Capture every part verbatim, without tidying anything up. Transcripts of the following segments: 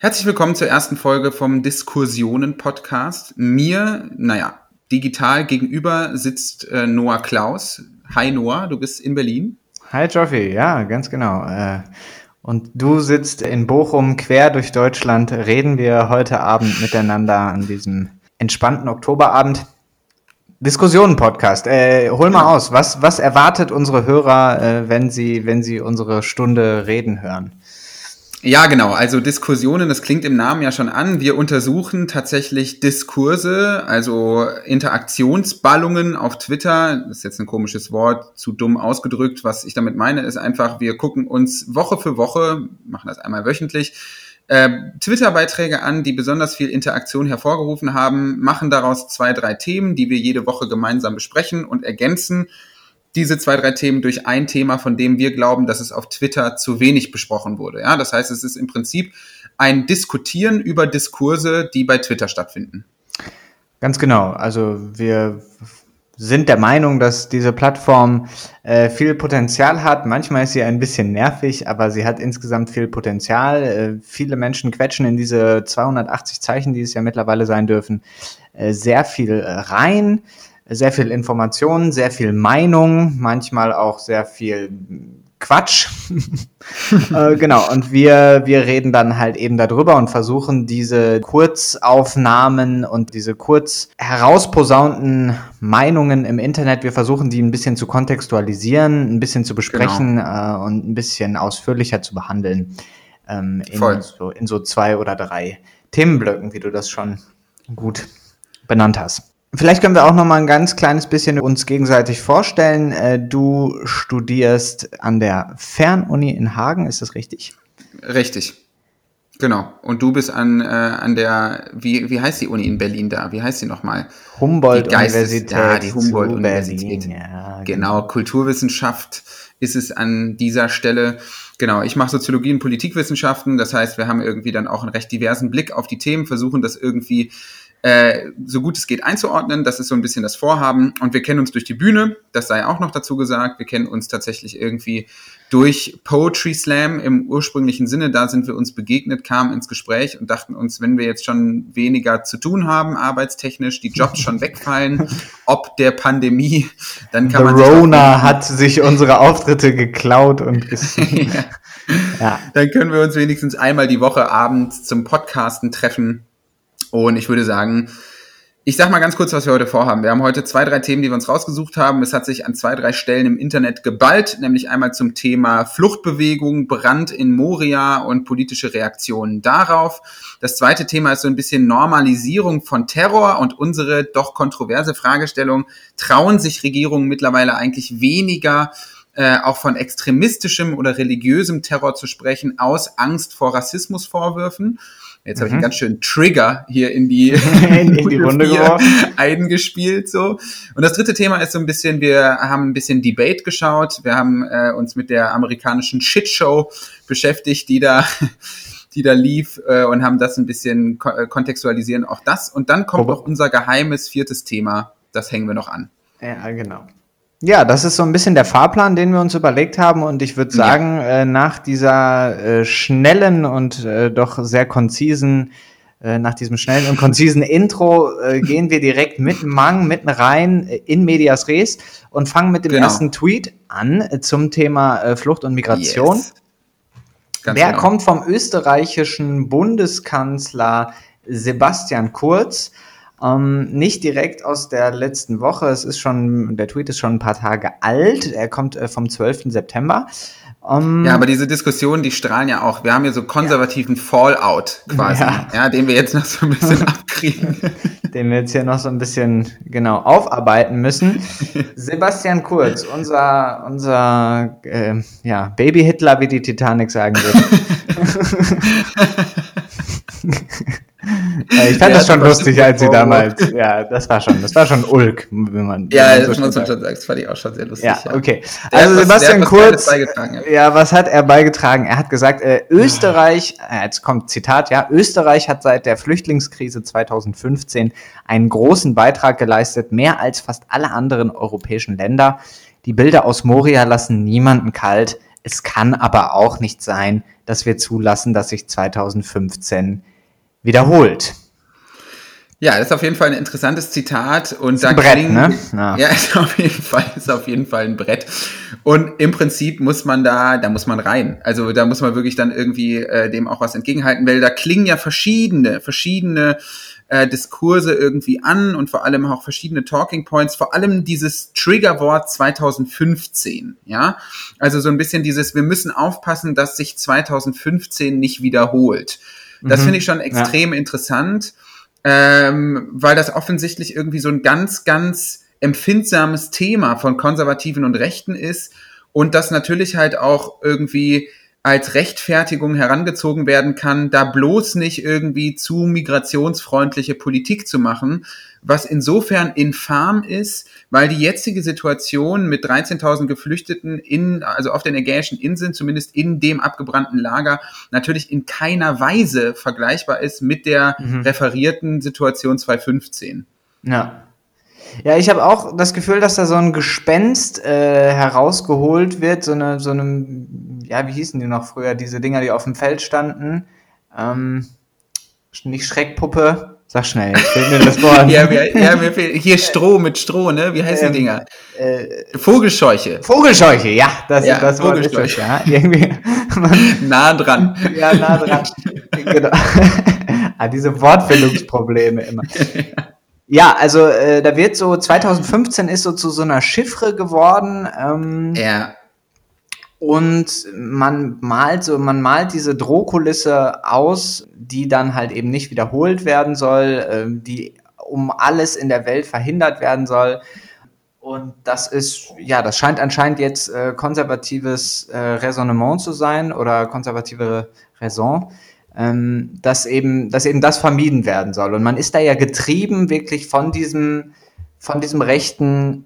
Herzlich willkommen zur ersten Folge vom Diskussionen-Podcast. Mir, naja, digital gegenüber sitzt äh, Noah Klaus. Hi Noah, du bist in Berlin. Hi Joffi, ja, ganz genau. Äh, und du sitzt in Bochum, quer durch Deutschland. Reden wir heute Abend miteinander an diesem entspannten Oktoberabend. Diskussionen-Podcast. Äh, hol mal Ja. aus, was, was erwartet unsere Hörer, äh, wenn sie, wenn sie unsere Stunde reden hören? Ja, genau. Also Diskussionen, das klingt im Namen ja schon an. Wir untersuchen tatsächlich Diskurse, also Interaktionsballungen auf Twitter. Das ist jetzt ein komisches Wort, zu dumm ausgedrückt. Was ich damit meine, ist einfach, wir gucken uns Woche für Woche, machen das einmal wöchentlich, äh, Twitter-Beiträge an, die besonders viel Interaktion hervorgerufen haben, machen daraus zwei, drei Themen, die wir jede Woche gemeinsam besprechen und ergänzen diese zwei, drei Themen durch ein Thema, von dem wir glauben, dass es auf Twitter zu wenig besprochen wurde. Ja, das heißt, es ist im Prinzip ein Diskutieren über Diskurse, die bei Twitter stattfinden. Ganz genau. Also wir sind der Meinung, dass diese Plattform äh, viel Potenzial hat. Manchmal ist sie ein bisschen nervig, aber sie hat insgesamt viel Potenzial. Äh, viele Menschen quetschen in diese zweihundertachtzig Zeichen, die es ja mittlerweile sein dürfen, äh, sehr viel äh, rein. Sehr viel Information, sehr viel Meinung, manchmal auch sehr viel Quatsch. äh, genau, und wir wir reden dann halt eben darüber und versuchen diese Kurzaufnahmen und diese kurz herausposaunten Meinungen im Internet, wir versuchen die ein bisschen zu kontextualisieren, ein bisschen zu besprechen, genau. äh, und ein bisschen ausführlicher zu behandeln. Ähm, in, so, in so zwei oder drei Themenblöcken, wie du das schon gut benannt hast. Vielleicht können wir auch noch mal ein ganz kleines bisschen uns gegenseitig vorstellen. Du studierst an der Fernuni in Hagen, ist das richtig? Richtig, genau. Und du bist an äh, an der, wie wie heißt die Uni in Berlin da? Wie heißt sie nochmal? Humboldt-Universität. Ja, die Humboldt-Universität. Ja, genau. genau, Kulturwissenschaft ist es an dieser Stelle. Genau, ich mache Soziologie und Politikwissenschaften. Das heißt, wir haben irgendwie dann auch einen recht diversen Blick auf die Themen, versuchen das irgendwie Äh, so gut es geht einzuordnen. Das ist so ein bisschen das Vorhaben. Und wir kennen uns durch die Bühne, das sei auch noch dazu gesagt. Wir kennen uns tatsächlich irgendwie durch Poetry Slam im ursprünglichen Sinne. Da sind wir uns begegnet, kamen ins Gespräch und dachten uns, wenn wir jetzt schon weniger zu tun haben, arbeitstech,nisch die Jobs schon wegfallen, ob der Pandemie, dann kann The man sich Rona hat sich unsere Auftritte geklaut und gesehen. ja. Ja. Dann können wir uns wenigstens einmal die Woche abends zum Podcasten treffen. Und ich würde sagen, ich sag mal ganz kurz, was wir heute vorhaben. Wir haben heute zwei, drei Themen, die wir uns rausgesucht haben. Es hat sich an zwei, drei Stellen im Internet geballt, nämlich einmal zum Thema Fluchtbewegung, Brand in Moria und politische Reaktionen darauf. Das zweite Thema ist so ein bisschen Normalisierung von Terror und unsere doch kontroverse Fragestellung, trauen sich Regierungen mittlerweile eigentlich weniger, äh, auch von extremistischem oder religiösem Terror zu sprechen, aus Angst vor Rassismusvorwürfen. Jetzt habe ich einen ganz schönen Trigger hier in die, in, in die Runde geworfen, eingespielt, so. Und das dritte Thema ist so ein bisschen, wir haben ein bisschen Debate geschaut. Wir haben äh, uns mit der amerikanischen Shitshow beschäftigt, die da, die da lief, äh, und haben das ein bisschen ko- kontextualisieren, auch das. Und dann kommt noch unser geheimes viertes Thema. Das hängen wir noch an. Ja, genau. Ja, das ist so ein bisschen der Fahrplan, den wir uns überlegt haben, und ich würde sagen, ja. äh, nach dieser äh, schnellen und äh, doch sehr konzisen, äh, nach diesem schnellen und konzisen Intro äh, gehen wir direkt mit Mang, mitten rein äh, in Medias Res und fangen mit dem genau. ersten Tweet an äh, zum Thema äh, Flucht und Migration. Yes. Der genau. kommt vom österreichischen Bundeskanzler Sebastian Kurz. Um, nicht direkt aus der letzten Woche, es ist schon, der Tweet ist schon ein paar Tage alt, er kommt äh, vom zwölften September. Um, ja, aber diese Diskussionen, die strahlen ja auch, wir haben hier so konservativen ja. Fallout quasi, ja. ja, den wir jetzt noch so ein bisschen abkriegen. Den wir jetzt hier noch so ein bisschen, genau, aufarbeiten müssen. Sebastian Kurz, unser, unser, äh, ja, Baby-Hitler, wie die Titanic sagen würde. Ich fand ja, das schon das lustig, als sie damals, ja, das war schon, das war schon Ulk, wenn man. Ja, wenn man das so muss man schon sagen, das fand ich auch schon sehr lustig. Ja, ja. okay. Der also was, Sebastian Kurz, ja. ja, was hat er beigetragen? Er hat gesagt, äh, Österreich, äh, jetzt kommt Zitat, ja, Österreich hat seit der Flüchtlingskrise zweitausendfünfzehn einen großen Beitrag geleistet, mehr als fast alle anderen europäischen Länder. Die Bilder aus Moria lassen niemanden kalt. Es kann aber auch nicht sein, dass wir zulassen, dass sich zweitausendfünfzehn wiederholt. Ja, das ist auf jeden Fall ein interessantes Zitat und ist ein da Brett, klingt, ne? Ja, ja, ist auf jeden Fall, ist auf jeden Fall ein Brett. Und im Prinzip muss man da, da muss man rein. Also da muss man wirklich dann irgendwie äh, dem auch was entgegenhalten, weil da klingen ja verschiedene, verschiedene äh, Diskurse irgendwie an und vor allem auch verschiedene Talking Points, vor allem dieses Triggerwort zweitausendfünfzehn, ja. Also so ein bisschen dieses, wir müssen aufpassen, dass sich zweitausendfünfzehn nicht wiederholt. Das mhm. finde ich schon extrem ja. interessant. Ähm, weil das offensichtlich irgendwie so ein ganz, ganz empfindsames Thema von Konservativen und Rechten ist und das natürlich halt auch irgendwie als Rechtfertigung herangezogen werden kann, da bloß nicht irgendwie zu migrationsfreundliche Politik zu machen, was insofern infam ist, weil die jetzige Situation mit dreizehntausend Geflüchteten in, also auf den Ägäischen Inseln, zumindest in dem abgebrannten Lager, natürlich in keiner Weise vergleichbar ist mit der mhm. referierten Situation zweitausendfünfzehn. Ja. Ja, ich habe auch das Gefühl, dass da so ein Gespenst äh, herausgeholt wird, so eine, so eine, ja, wie hießen die noch früher, diese Dinger, die auf dem Feld standen, ähm, nicht Schreckpuppe, sag schnell, jetzt fehlt mir das Wort. ja, mir, ja, mir fehlt, hier Stroh mit Stroh, ne, wie heißen ähm, die Dinger? Äh, Vogelscheuche. Vogelscheuche, ja, das, ja, das Wort ist das, ja, irgendwie. nah dran. Ja, nah dran, genau. ah, diese Wortfindungsprobleme immer. Ja, also äh, da wird so, zweitausendfünfzehn ist so zu so einer Chiffre geworden. Ähm, ja. Und man malt so, man malt diese Drohkulisse aus, die dann halt eben nicht wiederholt werden soll, äh, die um alles in der Welt verhindert werden soll. Und das ist, ja, das scheint anscheinend jetzt äh, konservatives äh, Raisonnement zu sein oder konservative Raison. Ähm, dass eben, dass eben das vermieden werden soll. Und man ist da ja getrieben wirklich von diesem, von diesem rechten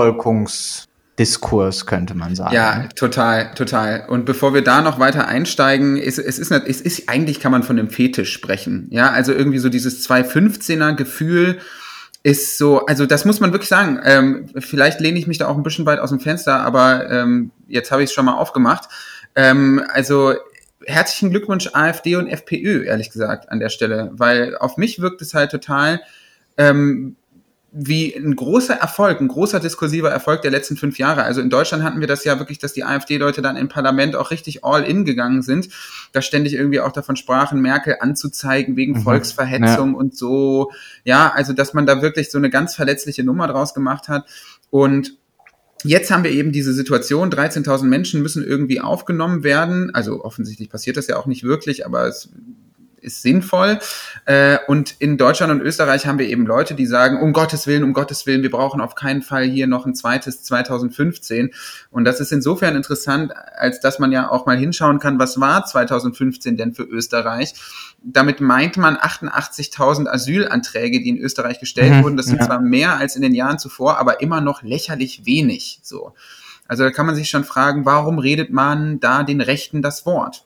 Umvolkungsdiskurs, könnte man sagen. Ja, total, total. Und bevor wir da noch weiter einsteigen, es, es ist, es ist, eigentlich kann man von einem Fetisch sprechen. Ja, also irgendwie so dieses zweitausendfünfzehner Gefühl ist so, also das muss man wirklich sagen. Ähm, vielleicht lehne ich mich da auch ein bisschen weit aus dem Fenster, aber ähm, jetzt habe ich es schon mal aufgemacht. Ähm, also herzlichen Glückwunsch AfD und FPÖ, ehrlich gesagt, an der Stelle, weil auf mich wirkt es halt total ähm, wie ein großer Erfolg, ein großer diskursiver Erfolg der letzten fünf Jahre. Also in Deutschland hatten wir das ja wirklich, dass die AfD-Leute dann im Parlament auch richtig all in gegangen sind, da ständig irgendwie auch davon sprachen, Merkel anzuzeigen wegen mhm. Volksverhetzung ja. und so. Ja, also dass man da wirklich so eine ganz verletzliche Nummer draus gemacht hat. Und jetzt haben wir eben diese Situation, dreizehntausend Menschen müssen irgendwie aufgenommen werden. Also offensichtlich passiert das ja auch nicht wirklich, aber es ist sinnvoll. Und in Deutschland und Österreich haben wir eben Leute, die sagen, um Gottes Willen, um Gottes Willen, wir brauchen auf keinen Fall hier noch ein zweites zweitausendfünfzehn. Und das ist insofern interessant, als dass man ja auch mal hinschauen kann, was war zweitausendfünfzehn denn für Österreich? Damit meint man achtundachtzigtausend Asylanträge, die in Österreich gestellt mhm, wurden. Das sind ja. zwar mehr als in den Jahren zuvor, aber immer noch lächerlich wenig. So. Also da kann man sich schon fragen, warum redet man da den Rechten das Wort?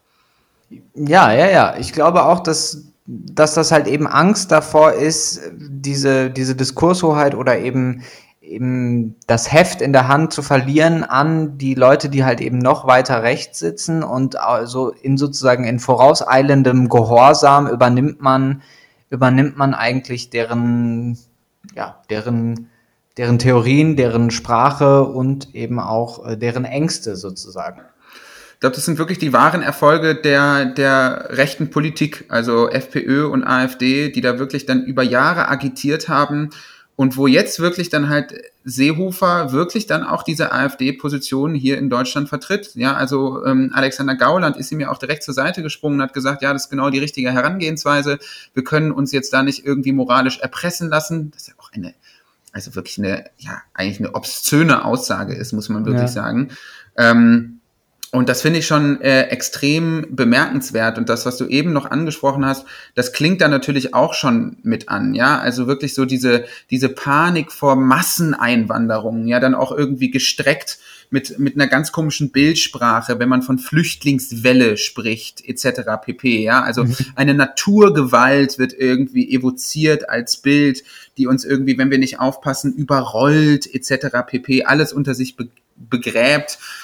Ja, ja, ja. Ich glaube auch, dass, dass das halt eben Angst davor ist, diese, diese Diskurshoheit oder eben, eben das Heft in der Hand zu verlieren an die Leute, die halt eben noch weiter rechts sitzen und also in sozusagen in vorauseilendem Gehorsam übernimmt man, übernimmt man eigentlich deren, ja, deren, deren Theorien, deren Sprache und eben auch äh, deren Ängste sozusagen. Ich glaube, das sind wirklich die wahren Erfolge der, der rechten Politik, also FPÖ und AfD, die da wirklich dann über Jahre agitiert haben und wo jetzt wirklich dann halt Seehofer wirklich dann auch diese AfD-Position hier in Deutschland vertritt. Ja, also ähm, Alexander Gauland ist ihm ja auch direkt zur Seite gesprungen und hat gesagt, ja, das ist genau die richtige Herangehensweise. Wir können uns jetzt da nicht irgendwie moralisch erpressen lassen. Das ist ja auch eine, also wirklich eine, ja, eigentlich eine obszöne Aussage ist, muss man wirklich ja. sagen. Ähm, Und das finde ich schon äh, extrem bemerkenswert. Und das, was du eben noch angesprochen hast, das klingt da natürlich auch schon mit an, ja. Also wirklich so diese diese Panik vor Masseneinwanderung, ja, dann auch irgendwie gestreckt mit mit einer ganz komischen Bildsprache, wenn man von Flüchtlingswelle spricht, et cetera pp. Ja, also mhm. eine Naturgewalt wird irgendwie evoziert als Bild, die uns irgendwie, wenn wir nicht aufpassen, überrollt, et cetera pp. Alles unter sich be- begräbt.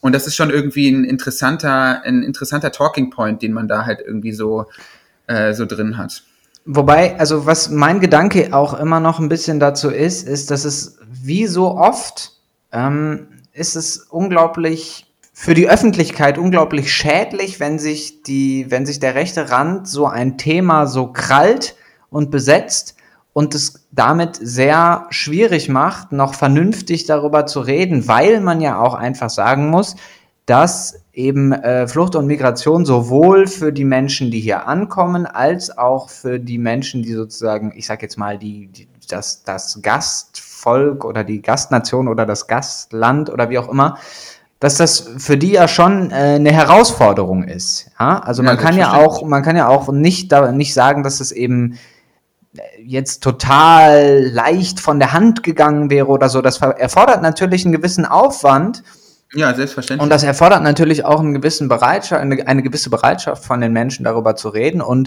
Und das ist schon irgendwie ein interessanter, ein interessanter Talking Point, den man da halt irgendwie so, äh, so drin hat. Wobei, also was mein Gedanke auch immer noch ein bisschen dazu ist, ist, dass es wie so oft ähm, ist es unglaublich für die Öffentlichkeit unglaublich schädlich, wenn sich die, wenn sich der rechte Rand so ein Thema so krallt und besetzt und es damit sehr schwierig macht, noch vernünftig darüber zu reden, weil man ja auch einfach sagen muss, dass eben äh, Flucht und Migration sowohl für die Menschen, die hier ankommen, als auch für die Menschen, die sozusagen, ich sag jetzt mal, die, die das, das Gastvolk oder die Gastnation oder das Gastland oder wie auch immer, dass das für die ja schon äh, eine Herausforderung ist. Ja? Also man ja, kann ja auch, man kann ja auch nicht, da, nicht sagen, dass es eben jetzt total leicht von der Hand gegangen wäre oder so. Das erfordert natürlich einen gewissen Aufwand. Ja, selbstverständlich. Und das erfordert natürlich auch einen gewissen Bereitschaft, eine, eine gewisse Bereitschaft von den Menschen, darüber zu reden. Und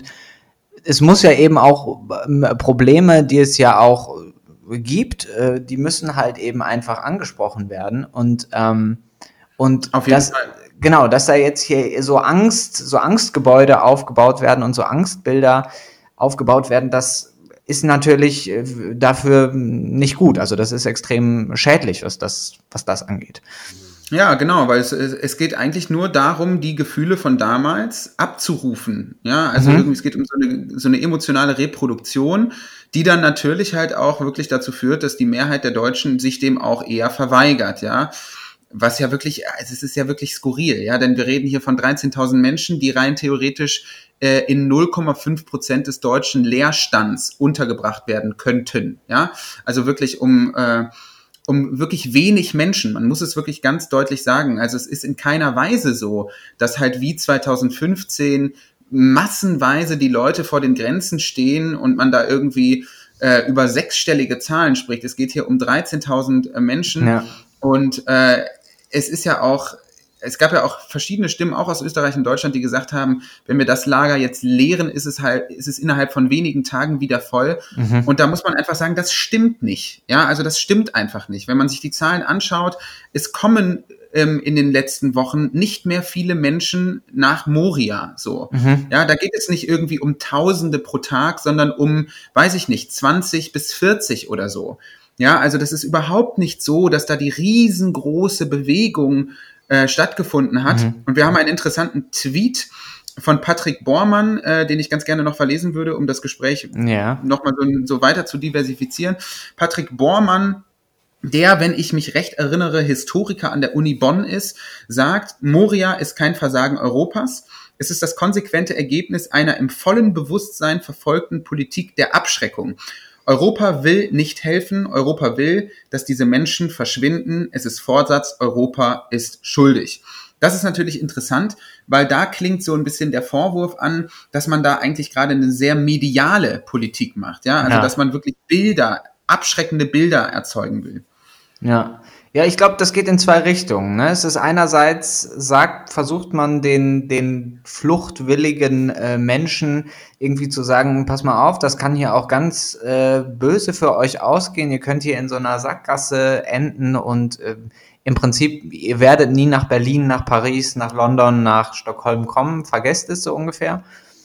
es muss ja eben auch äh, Probleme, die es ja auch gibt, äh, die müssen halt eben einfach angesprochen werden. Und ähm, und Auf jeden das, Fall. Genau, dass da jetzt hier so Angst, so Angstgebäude aufgebaut werden und so Angstbilder aufgebaut werden, das ist natürlich dafür nicht gut. Also das ist extrem schädlich, was das, was das angeht. Ja, genau, weil es, es geht eigentlich nur darum, die Gefühle von damals abzurufen. Ja, also mhm. irgendwie, es geht um so eine, so eine emotionale Reproduktion, die dann natürlich halt auch wirklich dazu führt, dass die Mehrheit der Deutschen sich dem auch eher verweigert, ja. Was ja wirklich, also es ist ja wirklich skurril, ja, denn wir reden hier von dreizehntausend Menschen, die rein theoretisch äh, in null Komma fünf Prozent des deutschen Leerstands untergebracht werden könnten, ja. Also wirklich um, äh, um wirklich wenig Menschen. Man muss es wirklich ganz deutlich sagen. Also es ist in keiner Weise so, dass halt wie zweitausendfünfzehn massenweise die Leute vor den Grenzen stehen und man da irgendwie äh, über sechsstellige Zahlen spricht. Es geht hier um dreizehntausend äh, Menschen. Ja. Und äh, es ist ja auch, es gab ja auch verschiedene Stimmen, auch aus Österreich und Deutschland, die gesagt haben, wenn wir das Lager jetzt leeren, ist es halt, ist es innerhalb von wenigen Tagen wieder voll. Mhm. Und da muss man einfach sagen, das stimmt nicht. Ja, also das stimmt einfach nicht. Wenn man sich die Zahlen anschaut, es kommen ähm, in den letzten Wochen nicht mehr viele Menschen nach Moria, so. Mhm. Ja, da geht es nicht irgendwie um Tausende pro Tag, sondern um, weiß ich nicht, zwanzig bis vierzig oder so. Ja, also das ist überhaupt nicht so, dass da die riesengroße Bewegung äh, stattgefunden hat. Mhm. Und wir haben einen interessanten Tweet von Patrick Bormann, äh, den ich ganz gerne noch verlesen würde, um das Gespräch ja. nochmal so, so weiter zu diversifizieren. Patrick Bormann, der, wenn ich mich recht erinnere, Historiker an der Uni Bonn ist, sagt, Moria ist kein Versagen Europas. Es ist das konsequente Ergebnis einer im vollen Bewusstsein verfolgten Politik der Abschreckung. Europa will nicht helfen, Europa will, dass diese Menschen verschwinden. Es ist Vorsatz, Europa ist schuldig. Das ist natürlich interessant, weil da klingt so ein bisschen der Vorwurf an, dass man da eigentlich gerade eine sehr mediale Politik macht. Ja, also ja. dass man wirklich Bilder, abschreckende Bilder erzeugen will. Ja. Ja, ich glaube, das geht in zwei Richtungen. Ne? Es ist einerseits, sagt, versucht man den, den fluchtwilligen äh, Menschen irgendwie zu sagen, pass mal auf, das kann hier auch ganz äh, böse für euch ausgehen. Ihr könnt hier in so einer Sackgasse enden und äh, im Prinzip, ihr werdet nie nach Berlin, nach Paris, nach London, nach Stockholm kommen. Vergesst es so ungefähr.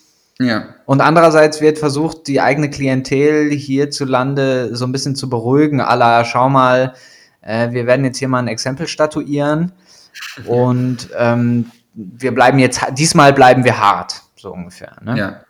Ja. Und andererseits wird versucht, die eigene Klientel hierzulande so ein bisschen zu beruhigen, à la, schau mal, wir werden jetzt hier mal ein Exempel statuieren und ähm, wir bleiben jetzt, diesmal bleiben wir hart, so ungefähr. Ne? Ja.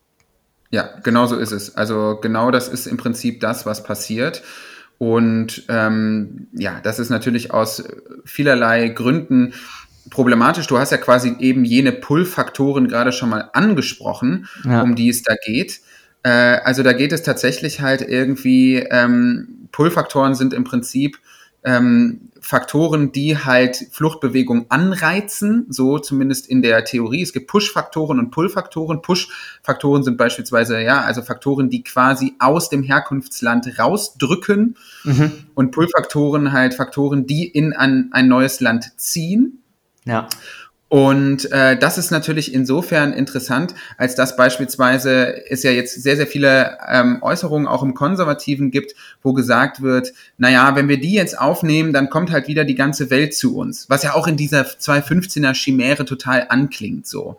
Ja, genau so ist es. Also genau das ist im Prinzip das, was passiert. Und ähm, ja, das ist natürlich aus vielerlei Gründen problematisch. Du hast ja quasi eben jene Pull-Faktoren gerade schon mal angesprochen, ja. um die es da geht. Äh, also da geht es tatsächlich halt irgendwie, ähm, Pull-Faktoren sind im Prinzip Ähm, Faktoren, die halt Fluchtbewegung anreizen, so zumindest in der Theorie. Es gibt Push-Faktoren und Pull-Faktoren. Push-Faktoren sind beispielsweise, ja, also Faktoren, die quasi aus dem Herkunftsland rausdrücken mhm. und Pull-Faktoren halt Faktoren, die in ein, ein neues Land ziehen. Ja. Und äh, das ist natürlich insofern interessant, als dass beispielsweise es ja jetzt sehr, sehr viele ähm, Äußerungen auch im Konservativen gibt, wo gesagt wird, naja, wenn wir die jetzt aufnehmen, dann kommt halt wieder die ganze Welt zu uns. Was ja auch in dieser zweitausendfünfzehner Chimäre total anklingt so.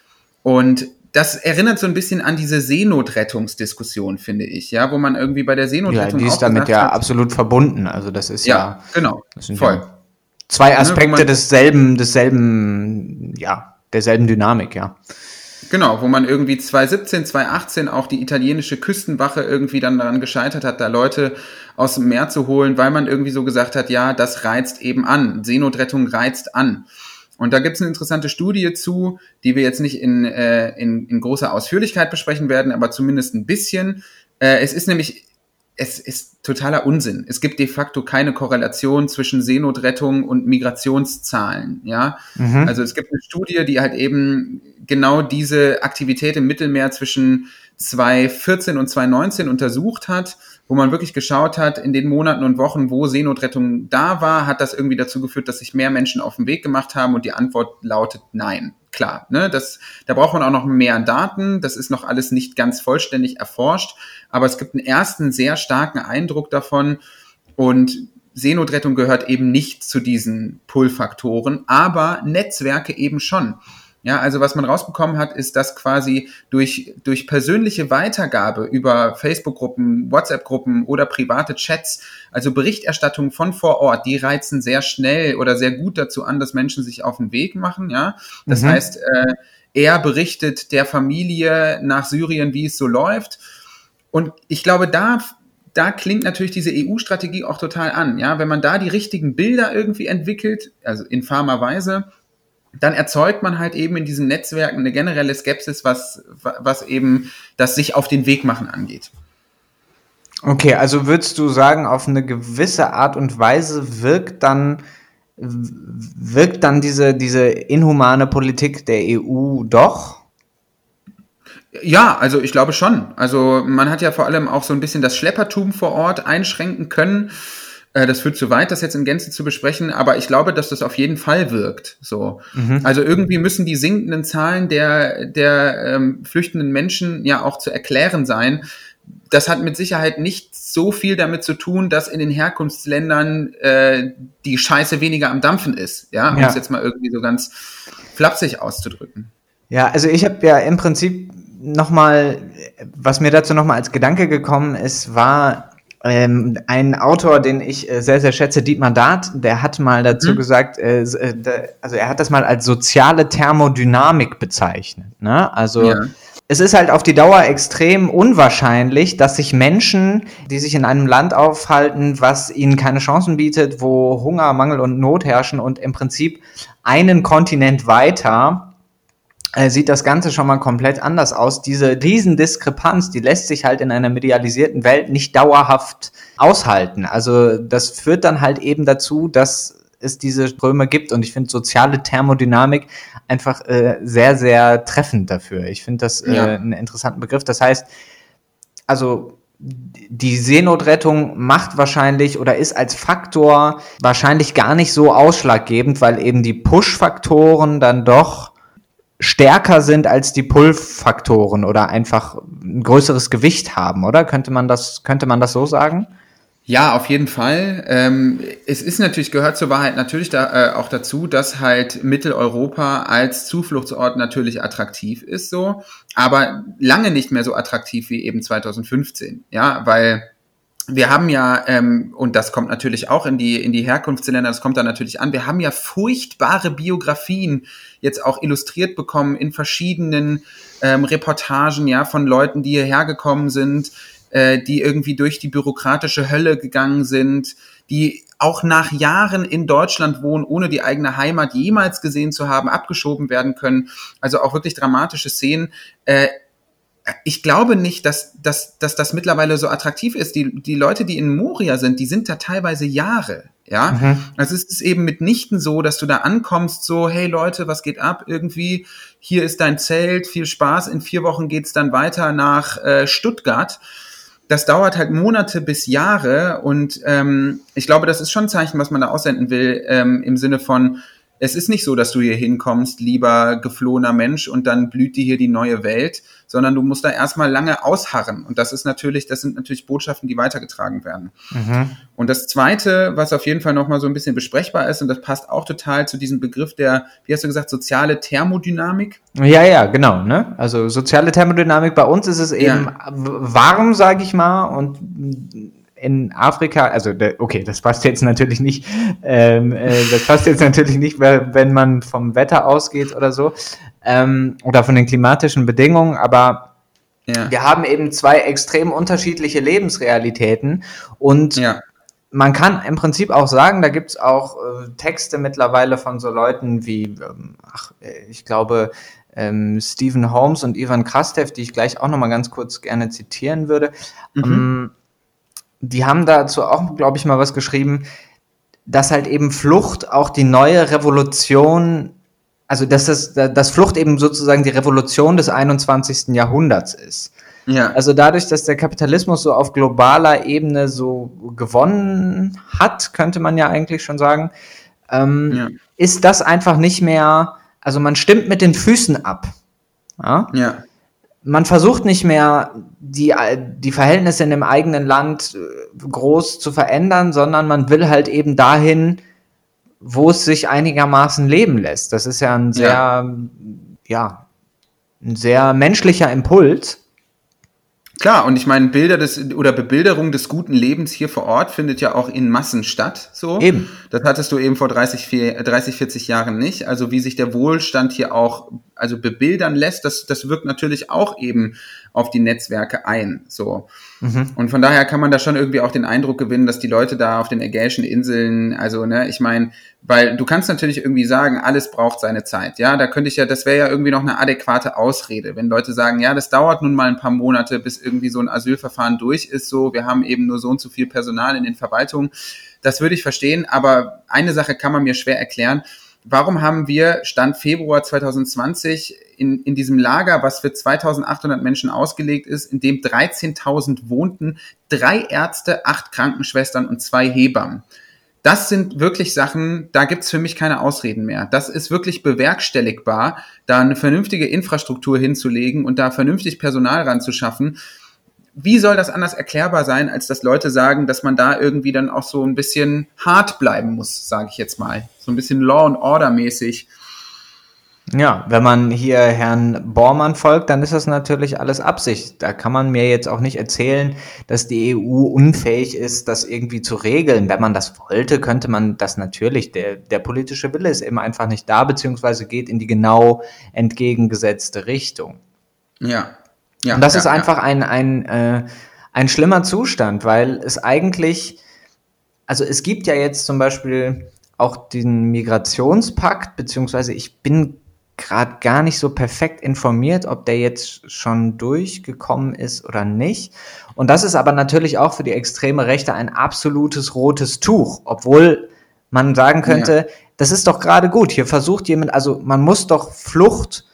Und das erinnert so ein bisschen an diese Seenotrettungsdiskussion, finde ich, ja, wo man irgendwie bei der Seenotrettung Ja, die ist auch damit ja hat, absolut verbunden. Also das ist ja, ja genau, das sind voll. Ja zwei Aspekte Ne, man, desselben, desselben, ja, derselben Dynamik, ja. Genau, wo man irgendwie zweitausendsiebzehn, zweitausendachtzehn auch die italienische Küstenwache irgendwie dann daran gescheitert hat, da Leute aus dem Meer zu holen, weil man irgendwie so gesagt hat, ja, das reizt eben an, Seenotrettung reizt an. Und da gibt's eine interessante Studie zu, die wir jetzt nicht in, äh, in, in großer Ausführlichkeit besprechen werden, aber zumindest ein bisschen. Äh, es ist nämlich Es ist totaler Unsinn. Es gibt de facto keine Korrelation zwischen Seenotrettung und Migrationszahlen, ja. Mhm. Also es gibt eine Studie, die halt eben genau diese Aktivität im Mittelmeer zwischen zweitausendvierzehn und zweitausendneunzehn untersucht hat, wo man wirklich geschaut hat, in den Monaten und Wochen, wo Seenotrettung da war, hat das irgendwie dazu geführt, dass sich mehr Menschen auf den Weg gemacht haben, und die Antwort lautet nein. Klar, ne, das, da braucht man auch noch mehr Daten, das ist noch alles nicht ganz vollständig erforscht, aber es gibt einen ersten sehr starken Eindruck davon, und Seenotrettung gehört eben nicht zu diesen Pull-Faktoren, aber Netzwerke eben schon. Ja, also was man rausbekommen hat, ist, dass quasi durch, durch persönliche Weitergabe über Facebook-Gruppen, WhatsApp-Gruppen oder private Chats, also Berichterstattung von vor Ort, die reizen sehr schnell oder sehr gut dazu an, dass Menschen sich auf den Weg machen, ja. Das mhm. heißt, äh, er berichtet der Familie nach Syrien, wie es so läuft. Und ich glaube, da, da klingt natürlich diese E U-Strategie auch total an, ja. Wenn man da die richtigen Bilder irgendwie entwickelt, also infamer Weise, dann erzeugt man halt eben in diesen Netzwerken eine generelle Skepsis, was, was eben das sich auf den Weg machen angeht. Okay, also würdest du sagen, auf eine gewisse Art und Weise wirkt dann, wirkt dann diese, diese inhumane Politik der E U doch? Ja, also ich glaube schon. Also man hat ja vor allem auch so ein bisschen das Schleppertum vor Ort einschränken können. Das führt zu weit, das jetzt in Gänze zu besprechen, aber ich glaube, dass das auf jeden Fall wirkt. So, mhm. Also irgendwie müssen die sinkenden Zahlen der der ähm, flüchtenden Menschen ja auch zu erklären sein. Das hat mit Sicherheit nicht so viel damit zu tun, dass in den Herkunftsländern äh, die Scheiße weniger am Dampfen ist, ja, um ja. es jetzt mal irgendwie so ganz flapsig auszudrücken. Ja, also ich habe ja im Prinzip nochmal, was mir dazu nochmal als Gedanke gekommen ist, war Ähm, ein Autor, den ich äh, sehr, sehr schätze, Dietmar Dart, der hat mal dazu mhm. gesagt, äh, äh, de, also er hat das mal als soziale Thermodynamik bezeichnet. Ne? Also ja. Es ist halt auf die Dauer extrem unwahrscheinlich, dass sich Menschen, die sich in einem Land aufhalten, was ihnen keine Chancen bietet, wo Hunger, Mangel und Not herrschen und im Prinzip einen Kontinent weiter, sieht das Ganze schon mal komplett anders aus. Diese Riesendiskrepanz, die lässt sich halt in einer medialisierten Welt nicht dauerhaft aushalten. Also das führt dann halt eben dazu, dass es diese Ströme gibt, und ich finde soziale Thermodynamik einfach äh, sehr, sehr treffend dafür. Ich finde das äh, ja. einen interessanten Begriff. Das heißt, also die Seenotrettung macht wahrscheinlich oder ist als Faktor wahrscheinlich gar nicht so ausschlaggebend, weil eben die Push-Faktoren dann doch stärker sind als die Pull-Faktoren oder einfach ein größeres Gewicht haben, oder? Könnte man das, könnte man das so sagen? Ja, auf jeden Fall. Ähm, es ist natürlich, gehört zur Wahrheit natürlich da, äh, auch dazu, dass halt Mitteleuropa als Zufluchtsort natürlich attraktiv ist, so, aber lange nicht mehr so attraktiv wie eben zweitausendfünfzehn, ja, weil wir haben ja, ähm, und das kommt natürlich auch in die in die Herkunftsländer, das kommt da natürlich an, wir haben ja furchtbare Biografien jetzt auch illustriert bekommen in verschiedenen ähm, Reportagen, ja, von Leuten, die hierher gekommen sind, äh, die irgendwie durch die bürokratische Hölle gegangen sind, die auch nach Jahren in Deutschland wohnen, ohne die eigene Heimat jemals gesehen zu haben, abgeschoben werden können. Also auch wirklich dramatische Szenen. Äh, Ich glaube nicht, dass, dass, dass das mittlerweile so attraktiv ist. Die, die Leute, die in Moria sind, die sind da teilweise Jahre, ja. Mhm. Also es ist eben mitnichten so, dass du da ankommst, so, hey Leute, was geht ab irgendwie? Hier ist dein Zelt, viel Spaß, in vier Wochen geht's dann weiter nach äh, Stuttgart. Das dauert halt Monate bis Jahre, und ähm, ich glaube, das ist schon ein Zeichen, was man da aussenden will, ähm, im Sinne von, Es ist nicht so, dass du hier hinkommst, lieber geflohener Mensch, und dann blüht dir hier die neue Welt, sondern du musst da erstmal lange ausharren. Und das ist natürlich, das sind natürlich Botschaften, die weitergetragen werden. Mhm. Und das Zweite, was auf jeden Fall nochmal so ein bisschen besprechbar ist, und das passt auch total zu diesem Begriff der, wie hast du gesagt, soziale Thermodynamik? Ja, ja, genau. Ne? Also soziale Thermodynamik, bei uns ist es eben ja. warm, sage ich mal, und in Afrika, also der, okay, das passt jetzt natürlich nicht, ähm, äh, das passt jetzt natürlich nicht, wenn man vom Wetter ausgeht oder so, ähm, oder von den klimatischen Bedingungen, aber ja. wir haben eben zwei extrem unterschiedliche Lebensrealitäten und ja. man kann im Prinzip auch sagen, da gibt's auch äh, Texte mittlerweile von so Leuten wie, ähm, ach, ich glaube, ähm, Stephen Holmes und Ivan Krastev, die ich gleich auch nochmal ganz kurz gerne zitieren würde. Mhm. Ähm, die haben dazu auch, glaube ich, mal was geschrieben, dass halt eben Flucht auch die neue Revolution, also dass das, dass Flucht eben sozusagen die Revolution des einundzwanzigsten Jahrhunderts ist. Ja. Also dadurch, dass der Kapitalismus so auf globaler Ebene so gewonnen hat, könnte man ja eigentlich schon sagen, ähm, ja. ist das einfach nicht mehr, also man stimmt mit den Füßen ab. Ja. ja. Man versucht nicht mehr, die, die Verhältnisse in dem eigenen Land groß zu verändern, sondern man will halt eben dahin, wo es sich einigermaßen leben lässt. Das ist ja ein sehr, ja, ja ein sehr menschlicher Impuls. Klar, und ich meine, Bilder des oder Bebilderung des guten Lebens hier vor Ort findet ja auch in Massen statt. So. Eben. Das hattest du eben vor dreißig, vierzig Jahren nicht. Also wie sich der Wohlstand hier auch also bebildern lässt, das, das wirkt natürlich auch eben auf die Netzwerke ein. So. Mhm. Und von daher kann man da schon irgendwie auch den Eindruck gewinnen, dass die Leute da auf den Ägäischen Inseln, also ne, ich meine, weil du kannst natürlich irgendwie sagen, alles braucht seine Zeit. Ja, da könnte ich ja, das wäre ja irgendwie noch eine adäquate Ausrede, wenn Leute sagen, ja, das dauert nun mal ein paar Monate, bis irgendwie so ein Asylverfahren durch ist, so, wir haben eben nur so und so viel Personal in den Verwaltungen. Das würde ich verstehen, aber eine Sache kann man mir schwer erklären. Warum haben wir Stand Februar zwanzig zwanzig in, in diesem Lager, was für zweitausendachthundert Menschen ausgelegt ist, in dem dreizehntausend wohnten, drei Ärzte, acht Krankenschwestern und zwei Hebammen? Das sind wirklich Sachen, da gibt's für mich keine Ausreden mehr. Das ist wirklich bewerkstelligbar, da eine vernünftige Infrastruktur hinzulegen und da vernünftig Personal ranzuschaffen. Wie soll das anders erklärbar sein, als dass Leute sagen, dass man da irgendwie dann auch so ein bisschen hart bleiben muss, sage ich jetzt mal. So ein bisschen Law and Order mäßig. Ja, wenn man hier Herrn Bormann folgt, dann ist das natürlich alles Absicht. Da kann man mir jetzt auch nicht erzählen, dass die E U unfähig ist, das irgendwie zu regeln. Wenn man das wollte, könnte man das natürlich. Der, der politische Wille ist eben einfach nicht da, beziehungsweise geht in die genau entgegengesetzte Richtung. Ja. Ja, und das ja, ist einfach ja. ein, ein, äh, ein schlimmer Zustand, weil es eigentlich, also es gibt ja jetzt zum Beispiel auch den Migrationspakt, beziehungsweise ich bin gerade gar nicht so perfekt informiert, ob der jetzt schon durchgekommen ist oder nicht. Und das ist aber natürlich auch für die extreme Rechte ein absolutes rotes Tuch, obwohl man sagen könnte, ja. das ist doch gerade gut. Hier versucht jemand, also man muss doch Flucht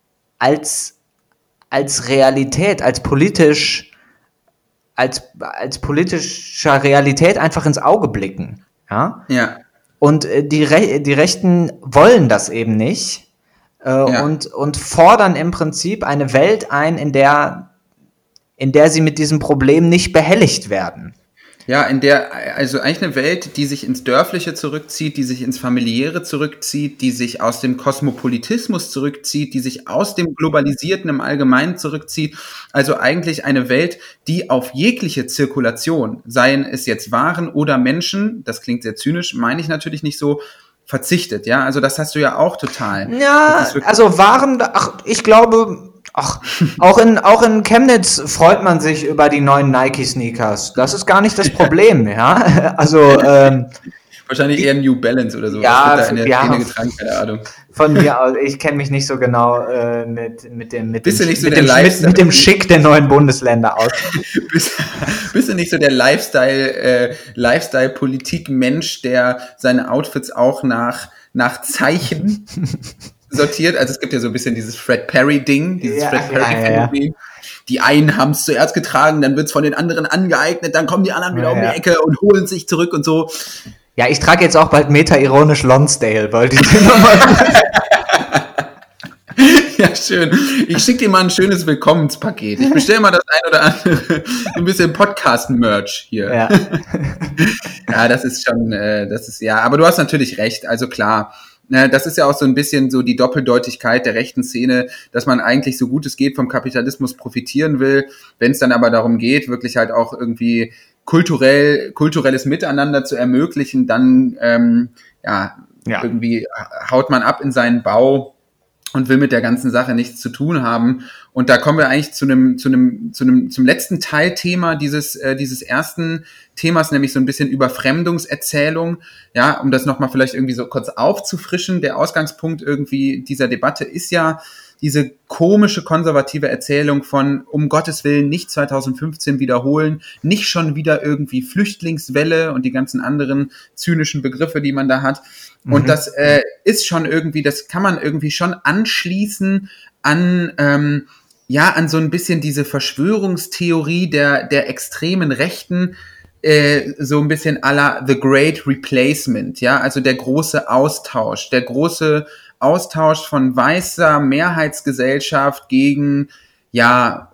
als als Realität, als politisch, als, als politischer Realität einfach ins Auge blicken. Ja. Ja. Und äh, die, Re- die Rechten wollen das eben nicht äh, ja. und, und fordern im Prinzip eine Welt ein, in der, in der sie mit diesem Problem nicht behelligt werden. Ja, in der, also eigentlich eine Welt, die sich ins Dörfliche zurückzieht, die sich ins Familiäre zurückzieht, die sich aus dem Kosmopolitismus zurückzieht, die sich aus dem Globalisierten im Allgemeinen zurückzieht. Also eigentlich eine Welt, die auf jegliche Zirkulation, seien es jetzt Waren oder Menschen, das klingt sehr zynisch, meine ich natürlich nicht so, verzichtet. Ja, also das hast du ja auch total. Ja, also Waren, ach, ich glaube... Ach, auch in, auch in Chemnitz freut man sich über die neuen Nike-Sneakers. Das ist gar nicht das Problem, ja. Also, ähm, wahrscheinlich eher New Balance oder so. Ja, was wird da in der ja, Szene getragen, keine Ahnung. Von mir aus, ich kenne mich nicht so genau äh, mit, mit dem, mit dem, so mit, dem mit, mit dem Schick der neuen Bundesländer aus. bist, bist du nicht so der Lifestyle, äh, Lifestyle-Politik-Mensch, der seine Outfits auch nach, nach Zeichen sortiert? Also es gibt ja so ein bisschen dieses Fred Perry-Ding, dieses ja, Fred Perry-Phänomen. Ja, ja. Die einen haben es zuerst getragen, dann wird es von den anderen angeeignet, dann kommen die anderen wieder ja, um die Ecke und holen sich zurück und so. Ja, ich trage jetzt auch bald meta-ironisch Lonsdale, weil die sind nochmal... Ja, schön. Ich schicke dir mal ein schönes Willkommenspaket. Ich bestelle mal das ein oder andere, ein bisschen Podcast-Merch hier. Ja. Ja, das ist schon, äh, das ist, ja, aber du hast natürlich recht. Also klar, ne, das ist ja auch so ein bisschen so die Doppeldeutigkeit der rechten Szene, dass man eigentlich so gut es geht vom Kapitalismus profitieren will. Wenn es dann aber darum geht, wirklich halt auch irgendwie kulturell, kulturelles Miteinander zu ermöglichen, dann, ähm, ja, Ja. irgendwie haut man ab in seinen Bau und will mit der ganzen Sache nichts zu tun haben. Und da kommen wir eigentlich zu einem, zu einem, zu einem, zum letzten Teilthema dieses, äh, dieses ersten Themas, nämlich so ein bisschen Überfremdungserzählung. Ja, um das nochmal vielleicht irgendwie so kurz aufzufrischen. Der Ausgangspunkt irgendwie dieser Debatte ist ja diese komische konservative Erzählung von, um Gottes Willen, nicht zwanzig fünfzehn wiederholen, nicht schon wieder irgendwie Flüchtlingswelle und die ganzen anderen zynischen Begriffe, die man da hat. Und mhm. das äh, ist schon irgendwie, das kann man irgendwie schon anschließen an, ähm, ja, an so ein bisschen diese Verschwörungstheorie der, der extremen Rechten, äh, so ein bisschen à la The Great Replacement, ja, also der große Austausch, der große Austausch von weißer Mehrheitsgesellschaft gegen, ja,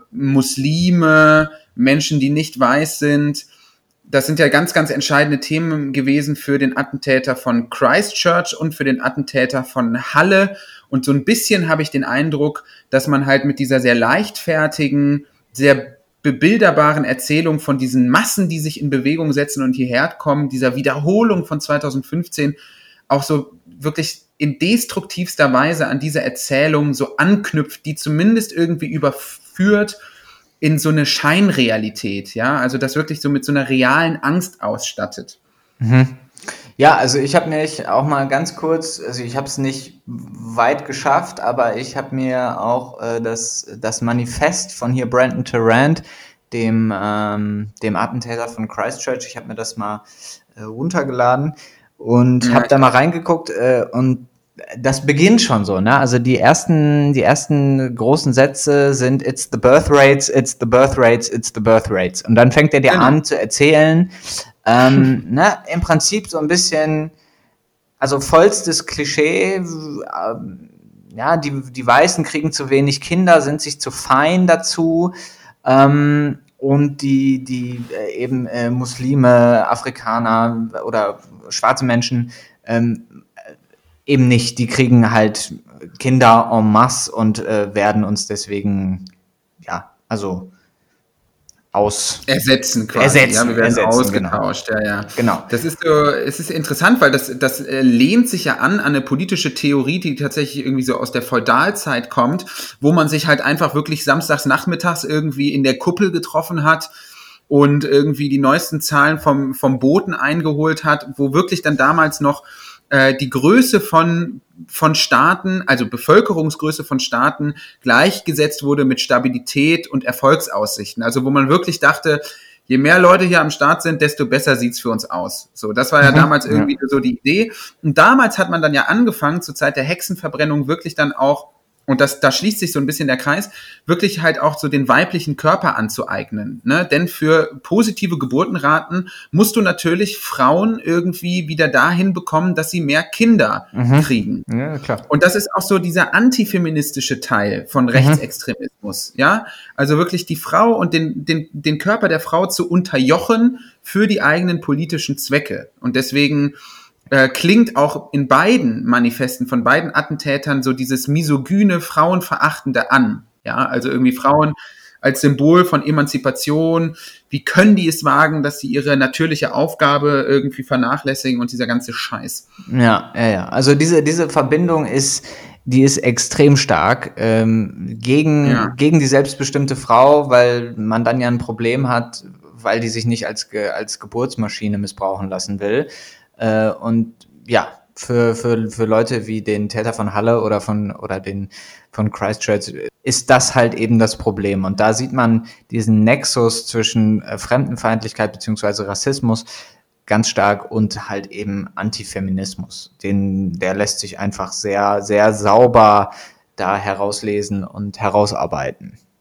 Muslime, Menschen, die nicht weiß sind. Das sind ja ganz, ganz entscheidende Themen gewesen für den Attentäter von Christchurch und für den Attentäter von Halle. Und so ein bisschen habe ich den Eindruck, dass man halt mit dieser sehr leichtfertigen, sehr bebilderbaren Erzählung von diesen Massen, die sich in Bewegung setzen und hierher kommen, dieser Wiederholung von zwanzig fünfzehn, auch so wirklich in destruktivster Weise an diese Erzählung so anknüpft, die zumindest irgendwie überführt in so eine Scheinrealität, ja, also das wirklich so mit so einer realen Angst ausstattet. Mhm. Ja, also ich habe mir auch mal ganz kurz, also ich habe es nicht weit geschafft, aber ich habe mir auch äh, das, das Manifest von hier Brandon Tarrant, dem, ähm, dem Attentäter von Christchurch, ich habe mir das mal äh, runtergeladen und ja, habe da mal reingeguckt äh, und das beginnt schon so, ne? Also die ersten, die ersten großen Sätze sind It's the birth rates, it's the birth rates, it's the birth rates. Und dann fängt er dir genau. an zu erzählen, ähm, ne? Im Prinzip so ein bisschen, also vollstes Klischee, ähm, ja, die, die Weißen kriegen zu wenig Kinder, sind sich zu fein dazu, ähm, und die, die äh, eben äh, Muslime, Afrikaner oder schwarze Menschen, ähm, eben nicht, die kriegen halt Kinder en masse und äh, werden uns deswegen, ja, also aus... Ersetzen quasi, ersetzen, ja, wir werden ersetzen, ausgetauscht, genau. ja, ja. Genau. Das ist so, es ist interessant, weil das, das äh, lehnt sich ja an, an eine politische Theorie, die tatsächlich irgendwie so aus der Feudalzeit kommt, wo man sich halt einfach wirklich samstags nachmittags irgendwie in der Kuppel getroffen hat und irgendwie die neuesten Zahlen vom, vom Boten eingeholt hat, wo wirklich dann damals noch die Größe von, von Staaten, also Bevölkerungsgröße von Staaten gleichgesetzt wurde mit Stabilität und Erfolgsaussichten. Also wo man wirklich dachte, je mehr Leute hier am Start sind, desto besser sieht's für uns aus. So, das war ja mhm, damals irgendwie ja. so die Idee. Und damals hat man dann ja angefangen, zur Zeit der Hexenverbrennung wirklich dann auch, und das, da schließt sich so ein bisschen der Kreis, wirklich halt auch so den weiblichen Körper anzueignen, ne? Denn für positive Geburtenraten musst du natürlich Frauen irgendwie wieder dahin bekommen, dass sie mehr Kinder mhm. kriegen. Ja, klar. Und das ist auch so dieser antifeministische Teil von mhm. Rechtsextremismus, ja? Also wirklich die Frau und den, den, den Körper der Frau zu unterjochen für die eigenen politischen Zwecke. Und deswegen Äh, klingt auch in beiden Manifesten von beiden Attentätern so dieses misogyne, frauenverachtende an. Ja, also irgendwie Frauen als Symbol von Emanzipation. Wie können die es wagen, dass sie ihre natürliche Aufgabe irgendwie vernachlässigen und dieser ganze Scheiß? Ja, ja, ja. Also diese, diese Verbindung ist, die ist extrem stark ähm, gegen, ja. gegen die selbstbestimmte Frau, weil man dann ja ein Problem hat, weil die sich nicht als, Ge- als Geburtsmaschine missbrauchen lassen will. Äh, und ja, für, für, für Leute wie den Täter von Halle oder von, oder den von Christchurch ist das halt eben das Problem. Und da sieht man diesen Nexus zwischen äh, Fremdenfeindlichkeit beziehungsweise Rassismus ganz stark und halt eben Antifeminismus. Den, der lässt sich einfach sehr, sehr sauber da herauslesen und herausarbeiten.